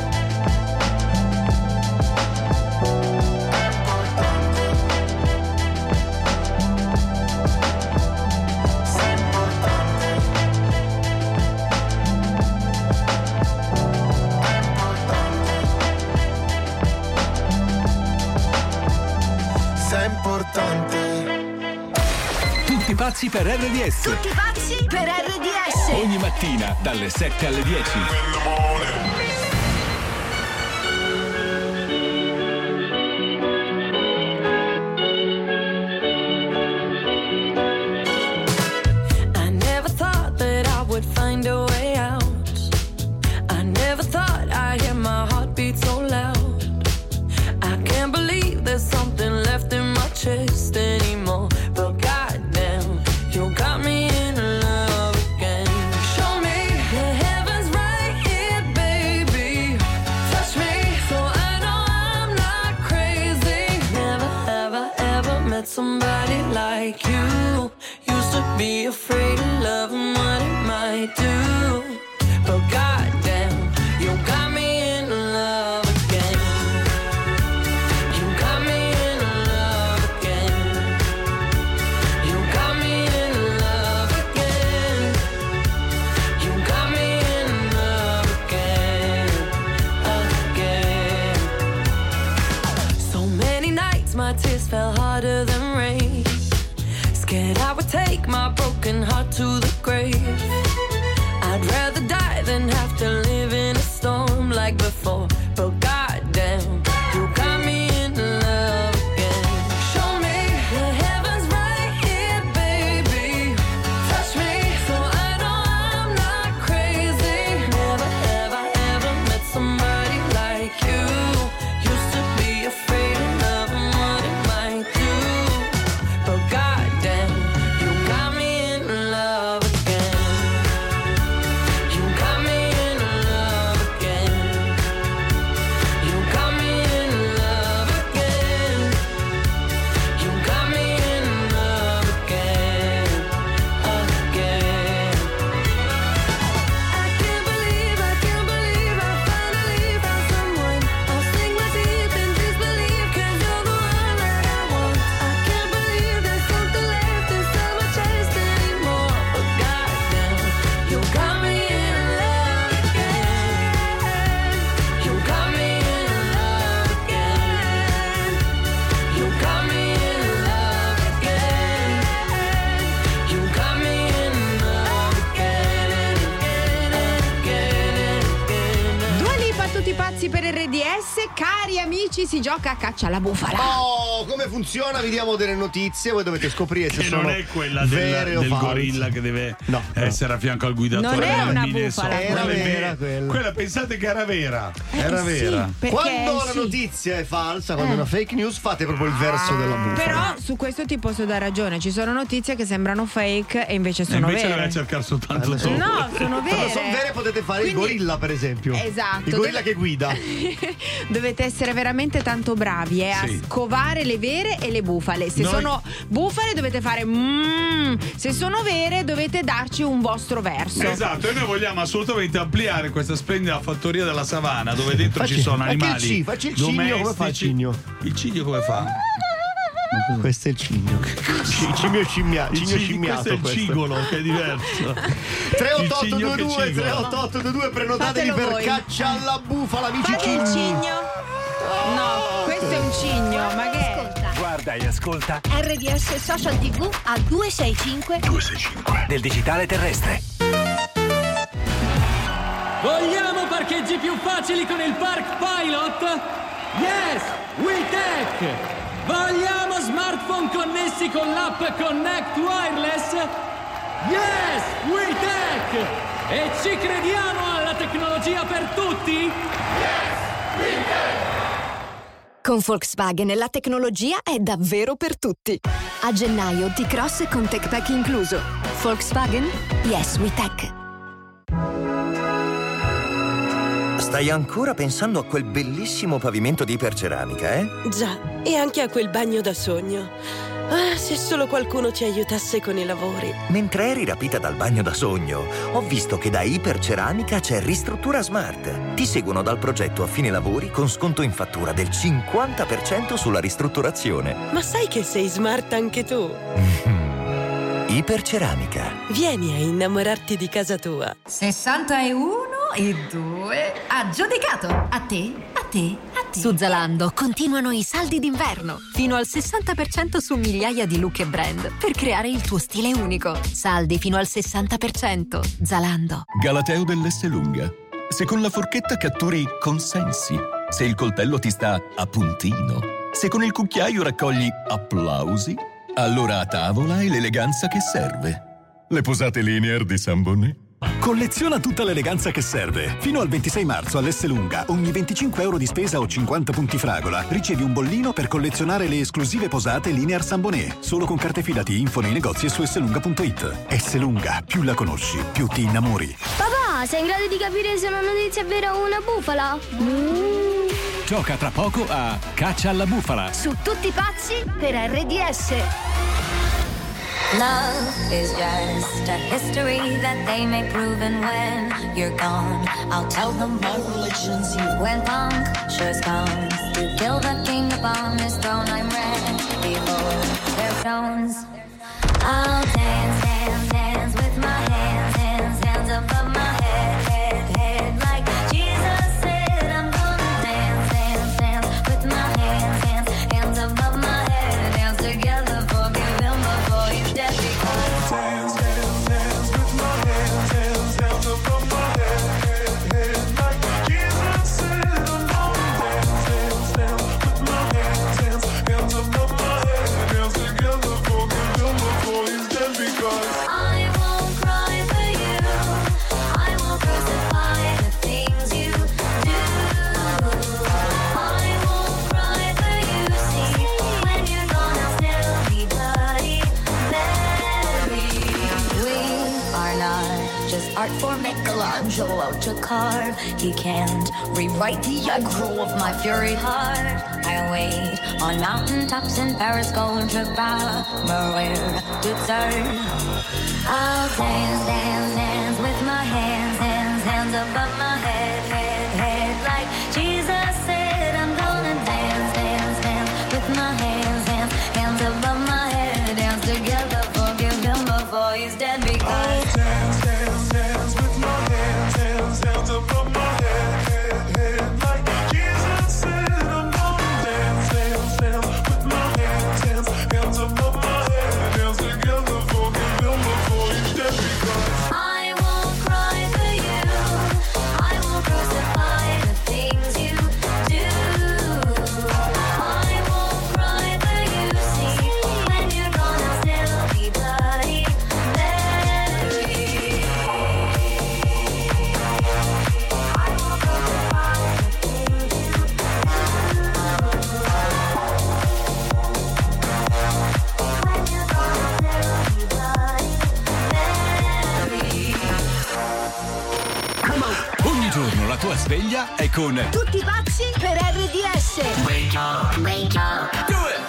Sei importante. Tutti pazzi per R D S. Tutti pazzi per R D S. Ogni mattina dalle sette alle dieci. I never thought that I would find a way out. I never thought I'd hear my heartbeat so loud. I can't believe there's something left in my chest anymore. But goddamn, you got me in love again. Show me the heavens right here, baby. Touch me so I know I'm not crazy. Never have I ever met somebody like you. Used to be afraid of love and what it might do. But goddamn, you got me in love again. You got me in love again. You got me in love again. You got me in love again, again. So many nights my tears fell harder than rain. Scared I would take my broken heart to the grave. I'd rather die than have to live in a storm like before. But goddamn, you got me in love again. Show me the heavens right here, baby. Touch me so I know I'm not crazy. Never have I ever met somebody like you. Used to be afraid of love and what it might do. But goddamn, you got me in love again. S, cari amici, si gioca a caccia alla bufala. Oh, come funziona? Vi diamo delle notizie, voi dovete scoprire se Che sono non è quella vere del, o del false. gorilla che deve essere a fianco al guidatore. Non è del una Minnesota. bufala, era Quella è vera vera. quella. Quella pensate che era vera. Eh, Era sì, vera. perché Quando la sì. notizia è falsa, quando Eh. è una fake news, fate proprio il verso della bufala. Però su questo ti posso dare ragione, ci sono notizie che sembrano fake e invece E sono invece vere. deve cercare soltanto Eh, tu. No, sono vere. Quando sono vere potete fare Quindi- il gorilla, per esempio. Esatto. Il gorilla Dove- che guida. Dovete essere veramente tanto bravi eh, Sì. a scovare le vere e le bufale. Se Noi- sono bufale dovete fare mmm, se sono vere dovete darci un vostro verso. Esatto, e noi vogliamo assolutamente ampliare questa splendida fattoria della savana dove dentro Facci- ci sono facci il animali. ci- facci il cigno, come fa il domestici. cigno? Il cigno come fa? Questo è il cigno. C- cigno scimmia- Il cigno cig- scimmiato. questo è il questo. cigolo che è diverso. tre otto otto Il cigno due che due cigola. tre otto otto due due prenotatevi Fatelo per voi. caccia alla bufala, amici Fate il cigni. cigno. No, questo è un cigno, ma che è? Guarda e ascolta R D S Social T V al due sei cinque del digitale terrestre. Vogliamo parcheggi più facili con il Park Pilot? Yes, WeTech! Vogliamo smartphone connessi con l'app Connect Wireless? Yes, WeTech! E ci crediamo alla tecnologia per tutti? Yes, WeTech! Con Volkswagen la tecnologia è davvero per tutti. A gennaio T-Cross con TechPack incluso. Volkswagen? Yes, we tech. Stai ancora pensando a quel bellissimo pavimento di iperceramica, eh? Già, e anche a quel bagno da sogno. Ah, se solo qualcuno ci aiutasse con i lavori. Mentre eri rapita dal bagno da sogno, ho visto che da Iperceramica c'è Ristruttura Smart. Ti seguono dal progetto a fine lavori con sconto in fattura del cinquanta per cento sulla ristrutturazione. Ma sai che sei smart anche tu? Iperceramica. Vieni a innamorarti di casa tua. sessantuno e due. Aggiudicato. A te, a te, a te. Su Zalando continuano i saldi d'inverno. Fino al sessanta per cento su migliaia di look e brand per creare il tuo stile unico. Saldi fino al sessanta per cento. Zalando. Galateo dell'Esselunga. Se con la forchetta catturi consensi, se il coltello ti sta a puntino, se con il cucchiaio raccogli applausi, allora a tavola è l'eleganza che serve. Le posate linear di San Bonnet. Colleziona tutta l'eleganza che serve. Fino al ventisei marzo all'Esselunga, ogni venticinque euro di spesa o cinquanta punti fragola, ricevi un bollino per collezionare le esclusive posate Linear San Bonnet. Solo con carte fidati, info nei negozi e su esselunga punto it. Esselunga, più la conosci, più ti innamori. Papà, sei in grado di capire se una notizia è vera o una bufala? Gioca tra poco a Caccia alla bufala. Su Tutti pazzi per R D S. Love is just a history that they may prove, and when you're gone, I'll tell them my religion's you. When punctures comes to kill the king upon his throne, I'm ready for their thrones. I'll dance, dance, dance with my hands, hands, hands above my head, head, head, like Jesus said. I'm gonna dance, dance, dance with my hands, hands, hands above my head, dance together, forgive him before he's dead, because dance, dance, dance with my hands, hands, hands above my head, head, head, like Jesus said. I'm gonna dance, dance, dance with my hands, hands, hands above my head, dance together, forgive him before he's dead, because I won't cry for you, I won't crucify the things you do. I won't cry for you, see, when you're gone I'll still be bloody Mary. We are not just art for Michelangelo to carve. He can't rewrite the aggro of my fury heart. I wait on mountaintops in Paris, gold to Maria to turn. I'll dance, dance, dance with my hands, hands, hands above my head, head, head, like Jesus said. I'm gonna dance, dance, dance with my hands, hands, hands above my head, dance together, forgive him before he's dead, because I'll dance, dance, dance with my hands, hands, hands above my head, head, head, like Jesus said. I'm gonna dance, dance, dance with my hands, hands, hands above my head, dance together, forgive him before he's dead, because I won't cry for you, I sveglia è con Tutti pazzi per R D S. Wake up, wake up. Do it.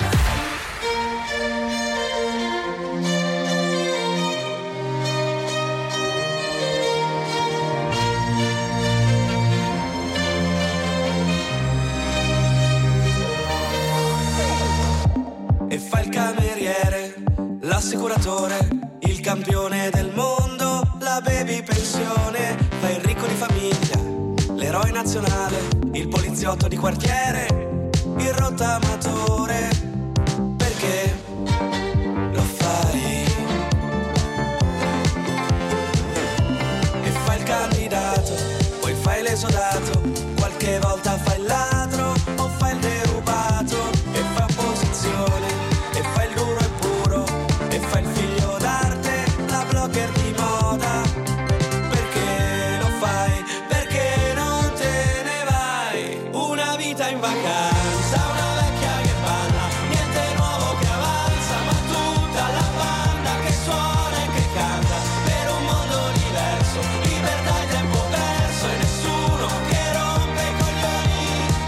E fa il cameriere, l'assicuratore, il campione del mondo, la baby pensione, fa il ricco di famiglia, l'eroe nazionale, il poliziotto di quartiere, il rottamatore. Perché lo fai? E fai il candidato, poi fai l'esodato, qualche volta fai il ladro o fai il derubato, e fai opposizione, e fai il duro e puro, e fai il figlio d'arte, la blogger di moda. Perché lo fai? Perché non te ne vai? Una vita in vacanza, una vecchia che balla, niente nuovo che avanza, ma tutta la banda che suona e che canta, per un mondo diverso, libertà e tempo perso, e nessuno che rompe i coglioni,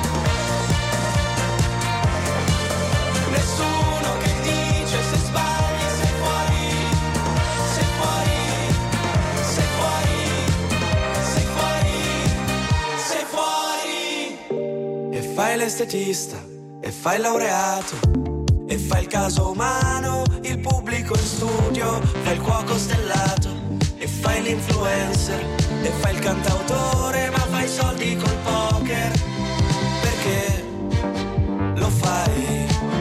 nessuno che dice se sbagli, sei fuori, sei fuori, sei fuori, sei fuori, sei fuori. E fai l'estetista, e fai il laureato, e fai il caso umano, il pubblico in studio, fai il cuoco stellato, e fai l'influencer, e fai il cantautore, ma fai soldi col poker. Perché lo fai?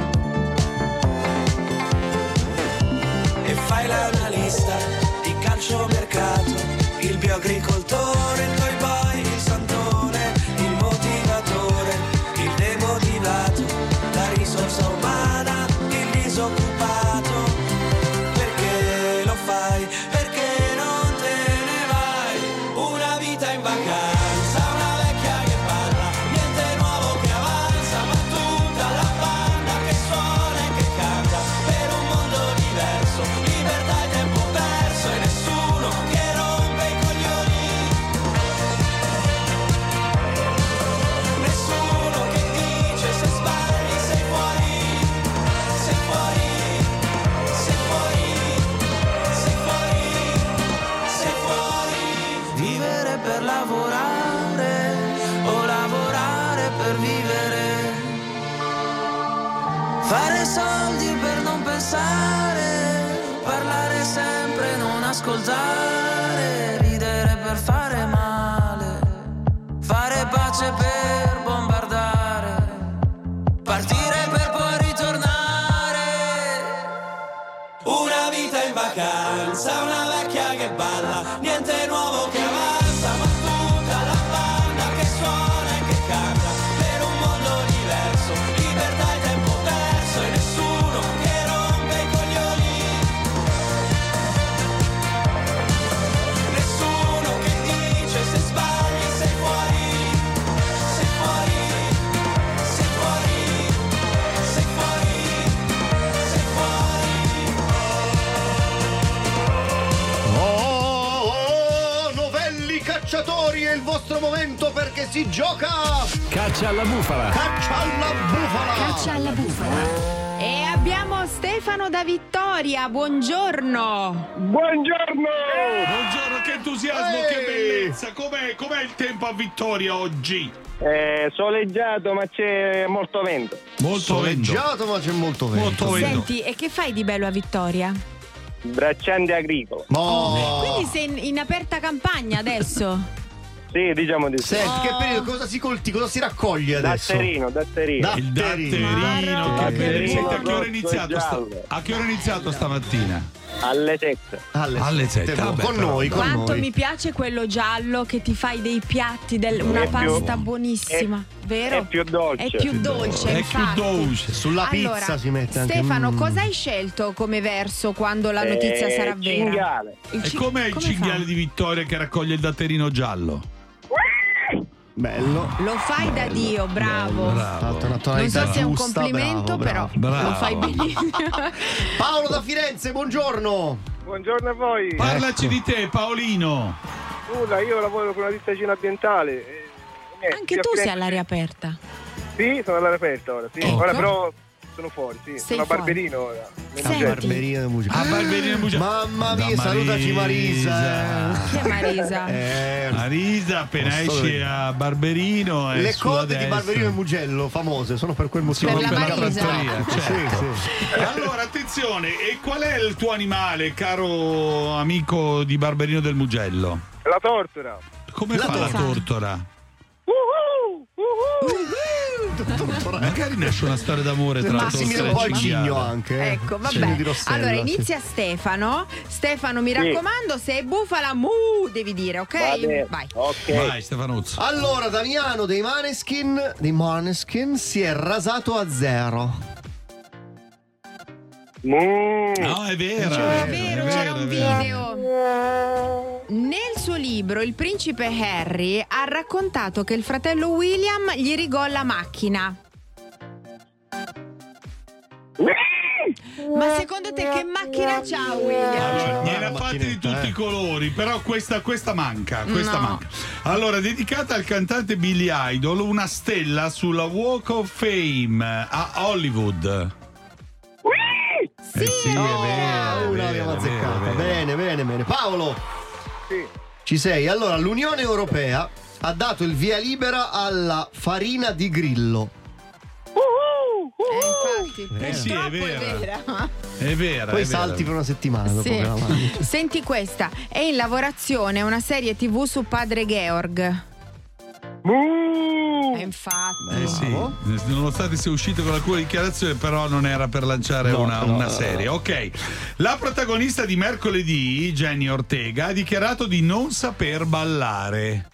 E fai l'analista di calciomercato, il bioagricoltore, il toy boy, il santone, il motivatore, il demotivato, la risorsa umana, il disoccupato. Perché lo fai? Perché non te ne vai? Una vita in vacanza, una vecchia che parla, niente nuovo che avanza, ma tutta la banda che suona e che canta, per un mondo diverso, libertà e tempo perso, e nessuno che rompe i coglioni, nessuno che dice se sbagli sei fuori, sei fuori, sei fuori, sei fuori, sei fuori. Vivere per lavorare o lavorare per vivere, fare soldi per non pensare, parlare sempre, non ascoltare, ridere per fare male, fare pace per bombardare, partire per poi ritornare. Una vita in vacanza, una vecchia che balla, niente nuovo che avanza, ma tutta la banda che suona e che canta, per un mondo diverso, libertà e tempo perso, e nessuno che rompe i coglioni, nessuno che dice se sbagli sei fuori, sei fuori, sei fuori, sei fuori, sei fuori. Oh, oh, novelli cacciatori, è il vostro momento perché si gioca! Caccia alla bufala. Caccia alla bufala! Caccia alla bufala. E abbiamo Stefano da Vittoria, buongiorno. Buongiorno! Buongiorno, che entusiasmo, Ehi! che bellezza! Com'è, com'è il tempo a Vittoria oggi? È soleggiato, ma c'è molto vento. Molto Soleggiato, ma c'è molto vento. Molto vento. Senti, e che fai di bello a Vittoria? Bracciante agricolo. Oh. Quindi sei in, in aperta campagna adesso? Sì, diciamo di sì. Senti, che periodo, cosa si coltiva, cosa si raccoglie adesso? Datterino, datterino. Il datterino, Marò. che bello. Senti, a che ora è Rosso e iniziato? sta- giallo. a che ora è iniziato stamattina? Alle sette. Alle, Alle sette, vabbè, con però. noi, con Quanto noi. mi piace quello giallo che ti fai dei piatti, del- una È più- pasta buonissima, vero? È più dolce. È più dolce, È più infatti. dolce. Sulla pizza Allora, si mette anche Stefano, mm. cosa hai scelto come verso quando la notizia Eh, sarà vera? cinghiale. Il E ci- com'è il come cinghiale fa? di Vittoria che raccoglie il datterino giallo? Bello. Lo fai da Dio, bravo. Bravo. Fatto una Non tonalità so se è un giusta, complimento, bravo, però bravo. lo fai benissimo. Paolo da Firenze, buongiorno. Buongiorno a voi. Parlaci di te, Paolino. Nulla, io lavoro con una ditta vicino ambientale. e Mi Anche sia tu sei Firenze- all'aria aperta. Sì, sono all'aria aperta ora, sì. Ecco. Ora però sono fuori, sì. Sei sono a fuori. Barberino ora. nel A Mugello. Barberino del Mugello. A Barberino del Mugello. Mamma mia, Da salutaci Marisa. Chi è Marisa? Eh, Marisa appena non so esci dove- a Barberino e Le sulla code di destra. Barberino del Mugello famose sono per quel motivo. Per la per la Marisa. fattoria, Sì, certo. sì. E allora attenzione, e qual è il tuo animale, caro amico di Barberino del Mugello? La tortora. Come La fa la tortora. tortora? Uhu, uhu. Magari nasce una storia d'amore tra la Massimiliano tortora un e po' il al cinghiale. cigno anche. eh. Ecco, Cigno di vabbè. Rossella, Allora sì. inizia Stefano. Stefano, mi Sì. raccomando, se è bufala, mu, devi dire, ok? Va bene. Vai. Ok. Vai Stefanuzzo. Allora, Damiano dei Maneskin, dei Maneskin si è rasato a zero. Mm. No, è vero. È è vero, è c'era vero, un è vero. video. Nel suo libro il principe Harry ha raccontato che il fratello William gli rigò la macchina. Ma secondo te che macchina c'ha William? Allora, ne era Ah, fatti di macchinetta, tutti eh. i colori, però questa, questa manca, questa No. manca. Allora, dedicata al cantante Billy Idol, una stella sulla Walk of Fame a Hollywood. Sì, Eh sì, è vero, è Una l'abbiamo vero, è vero, azzeccata. è vero. Bene, bene, bene. Paolo, Sì. ci sei? Allora, l'Unione Europea ha dato il via libera alla farina di grillo. Eh, infatti, Eh sì, è purtroppo vero. è vera. È vero. Poi è vero. salti per una settimana dopo Sì. che la mangi. Senti questa, è in lavorazione una serie tivù su padre Georg. Mm. E infatti. Eh sì, nonostante sia uscito con alcune dichiarazioni, però non era per lanciare No, una, no, una no, serie. Ok, la protagonista di mercoledì, Jenny Ortega, ha dichiarato di non saper ballare.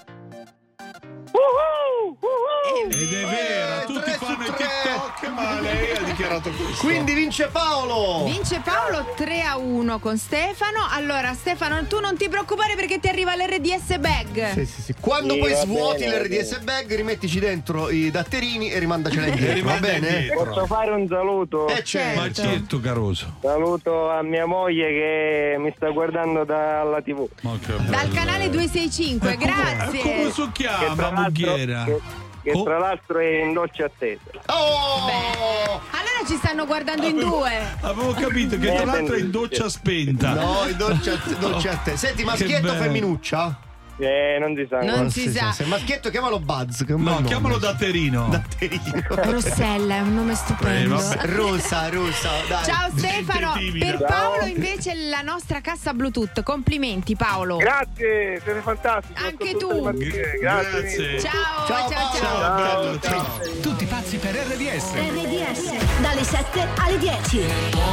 Ed è vero, tutti tre su fanno i tre. TikTok, ma lei ha dichiarato questo. Quindi vince Paolo. Vince Paolo tre a uno con Stefano. Allora Stefano, tu non ti preoccupare perché ti arriva l'R D S bag. Sì, sì, sì. Quando Sì, poi va svuoti bene, va l'R D S bag, rimettici dentro i datterini e rimandacela E indietro. Va rimanda bene? indietro. Posso fare un saluto? Eh, certo. Ma certo, Caruso. Saluto a mia moglie che mi sta guardando dalla tivù. Ma che bello. Dal canale duecentosessantacinque, E come- grazie. e come si Che chiama, tra l'altro, Bughiera? che, che Oh. tra l'altro è in dolce attesa. Oh! Allora ci stanno guardando in due. Avevo capito che tra l'altro è in doccia spenta. No, il dolce a te. Dolce a te. Senti, maschietto o bello. femminuccia? Eh, non si sa. Non si sa. Se maschietto chiamalo Buzz. Che è un bel No, nome. chiamalo Datterino. Datterino. Rossella è un nome Eh, stupendo. vabbè. Rosa, rosa, dai. Ciao Stefano, Gente timida. per Paolo invece la nostra cassa Bluetooth. Complimenti Paolo. Grazie, siete fantastici. Anche ascolto tu. tutte le mattine. Grazie. Grazie. Ciao, Ciao, ciao, ciao. Ciao, bello, ciao. Tutti pazzi per R D S. R D S dalle sette alle dieci.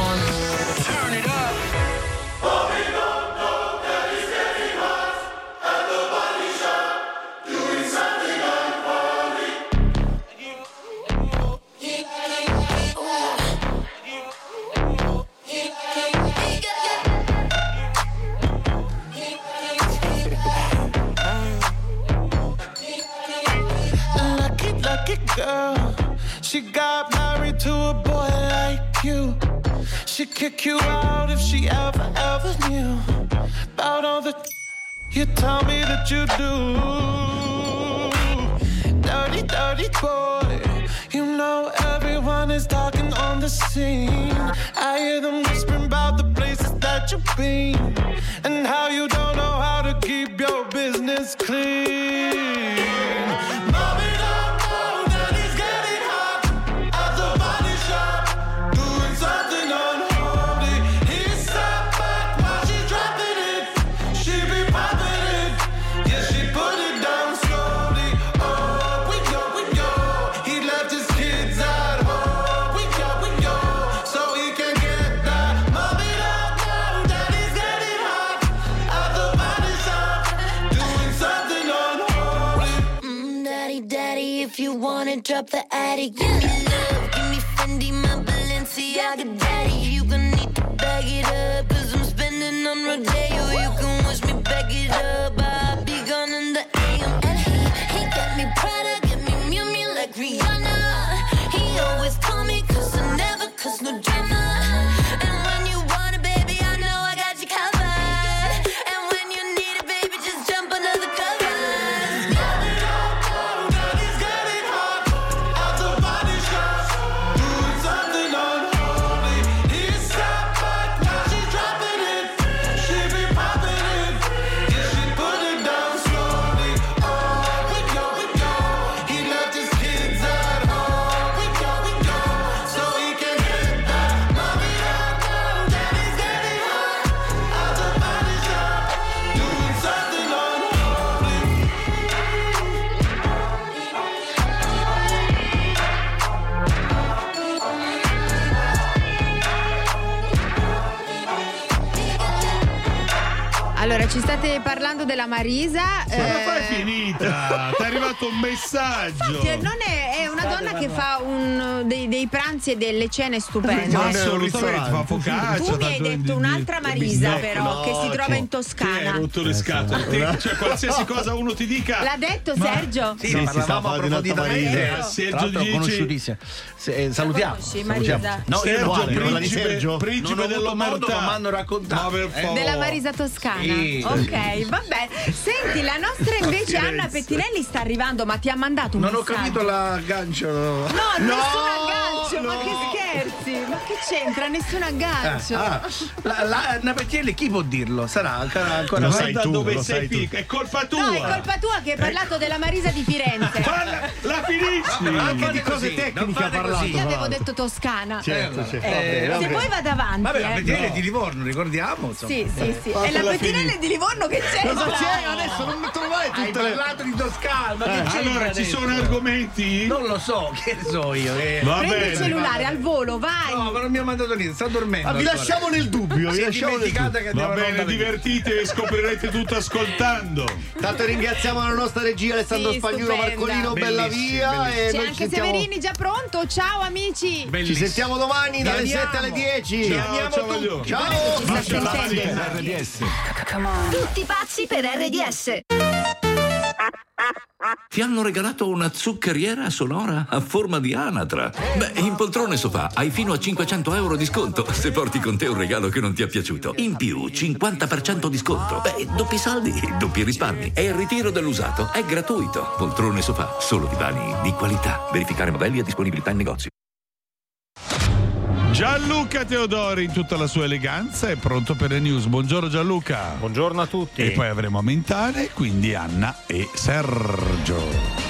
Lucky, lucky girl. She got married to a boy like you. She'd kick you out if she ever, ever knew about all the you tell me that you do. Dirty, dirty boy. You know everyone is talking on the scene. I hear them whispering about the places that you've been and how you don't know how to keep your business clean. Mommy don't know that he's getting hot at the body shop, doing something unholy. He sat back while she's dropping it. She be popping it, yeah, she put it down slowly. Oh, we go, we go. He left his kids at home. We go, we go, so he can get that. Mommy don't know that he's getting hot at the body shop, doing something unholy. Mm, daddy, daddy, if you wanna drop the attic, give me love, give me Fendi, my Balenciaga daddy. You gon' need to bag it up, cause I'm spending on Rodeo. You can wish me back it up, I'll be gone in the A M. And he, he got me Prada, get me Miu Miu like Rihanna. He always call me cause I never cause no drama. And when you want it, baby, I know I got you covered. And when you need it, baby, just jump under the covers. Allora, ci state parlando della Marisa. Ma la fai finita? Ti è arrivato un messaggio. Cioè, non è, è una donna che fa un, dei, dei pranzi e delle cene stupende. Ma assolutamente, fa focaccia. Tu mi hai detto un'altra Marisa, però, no, che si trova cioè, in Toscana. Ti hai rotto le scatole. Ti- Cioè, qualsiasi cosa uno ti dica. L'ha detto Ma- Sergio? Sì, ne parlavamo approfonditamente. Eh, Sergio Tra l'altro dici- conosciutissima. Se- eh, salutiamo. conosci, salutiamo. Marisa? No, io Sergio, no, principe- quella di Sergio. principe non ho avuto modo, dell'omertà. ma mi hanno raccontato. Ma per favore. Della Marisa Toscana. Sì. Ok, vabbè. Senti, la nostra invece Firenze. Anna Pettinelli sta arrivando, ma ti ha mandato un Non ho messaggio. capito l'aggancio. No, nessun aggancio, ma no. che scherzi? Ma che c'entra? Nessun aggancio. Ah, la, la, Anna Pettinelli, chi può dirlo? Sarà ancora, ancora Lo sai sai da tu, dove lo sei sai tu. piccola? È colpa tua. No, è colpa tua che hai parlato della Marisa di Firenze. Falla- la finisci. Non Anche fate di cose così, tecniche non fate ha parlato. così. Io avevo detto Toscana. Certo, certo. Eh, vabbè, se vabbè. poi vado avanti. Vabbè, la eh. Pettinelli No. di Livorno, ricordiamo. Insomma. Sì, sì, sì. Fatela E la Pettinelli finire. di Livorno che c'è? Cosa c'è adesso? Non metto mai Hai tutte le... parlato di Toscana, ma che Eh, c'entra allora, ci adesso? sono argomenti? Non lo so, che ne so io. eh. Va Prendi bene. il cellulare al volo, vai. No, ma non mi ha mandato niente, sta dormendo. Ma vi ancora. lasciamo nel dubbio, vi Si è lasciamo nel dimenticata dubbio. che Va andiamo in bene, onda. divertitevi e scoprirete tutto ascoltando. Tanto ringraziamo la nostra regia Alessandro Sì, Spagnuolo, stupenda. Marcolino, bella Bellissimo, via. bellissimo. E C'è noi anche ci sentiamo- Severini già pronto. Ciao amici. Ci sentiamo domani dalle Andiamo. sette alle dieci. Ciao, Amiamo ciao, tutti. voglio. Ciao. Ci sta Bacia alla sentendo. Marisa. R D S. Tutti pazzi per R D S. Ti hanno regalato una zuccheriera sonora a forma di anatra? Beh, in Poltrone Sofà hai fino a cinquecento euro di sconto se porti con te un regalo che non ti è piaciuto. In più, cinquanta per cento di sconto. Beh, doppi saldi, doppi risparmi. E il ritiro dell'usato è gratuito. Poltrone Sofà, solo divani di qualità. Verificare modelli e disponibilità in negozio. Gianluca Teodori in tutta la sua eleganza è pronto per le news. Buongiorno Gianluca. Buongiorno a tutti. E poi avremo a Mentale, quindi Anna e Sergio.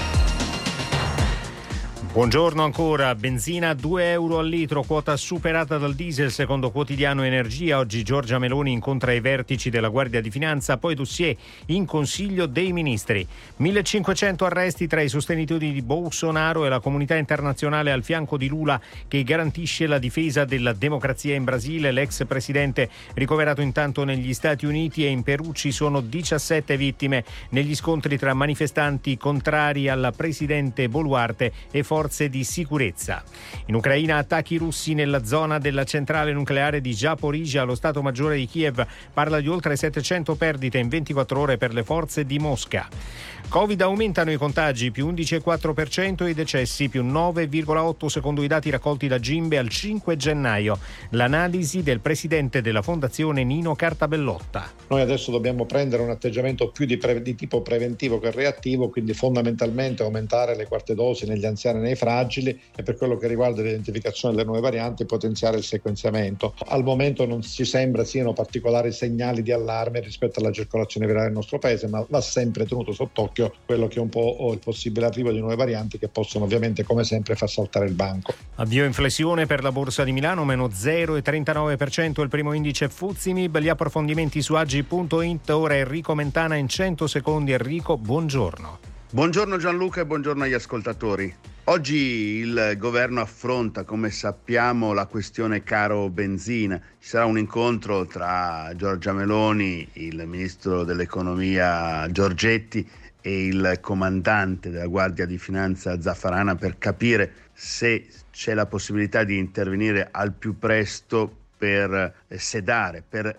Buongiorno ancora. Benzina a due euro al litro, quota superata dal diesel secondo Quotidiano Energia. Oggi Giorgia Meloni incontra i vertici della Guardia di Finanza, poi dossier in Consiglio dei Ministri. millecinquecento arresti tra i sostenitori di Bolsonaro e la comunità internazionale al fianco di Lula che garantisce la difesa della democrazia in Brasile. L'ex presidente ricoverato intanto negli Stati Uniti, e in Perù ci sono diciassette vittime negli scontri tra manifestanti contrari alla presidente Boluarte e forze di sicurezza. In Ucraina attacchi russi nella zona della centrale nucleare di Zaporizhzhia. Lo Stato Maggiore di Kiev parla di oltre settecento perdite in ventiquattro ore per le forze di Mosca. Covid, aumentano i contagi, più undici virgola quattro per cento, i decessi più nove virgola otto secondo i dati raccolti da Gimbe al cinque gennaio. L'analisi del presidente della Fondazione Nino Cartabellotta. Noi adesso dobbiamo prendere un atteggiamento più di, pre- di tipo preventivo che reattivo, quindi fondamentalmente aumentare le quarte dosi negli anziani e nei fragili, e per quello che riguarda l'identificazione delle nuove varianti potenziare il sequenziamento. Al momento non ci sembra siano particolari segnali di allarme rispetto alla circolazione virale nel nostro paese, ma va sempre tenuto sott'occhio quello che è un po' il possibile arrivo di nuove varianti che possono ovviamente come sempre far saltare il banco. Avvio in flessione per la Borsa di Milano, meno zero virgola trentanove per cento il primo indice Fuzimib. Gli approfondimenti su agi punto it. Ora Enrico Mentana in cento secondi. Enrico, buongiorno. Buongiorno Gianluca e buongiorno agli ascoltatori. Oggi il governo affronta, come sappiamo, la questione caro benzina. Ci sarà un incontro tra Giorgia Meloni, il ministro dell'economia Giorgetti e il comandante della Guardia di Finanza Zaffarana per capire se c'è la possibilità di intervenire al più presto per sedare, per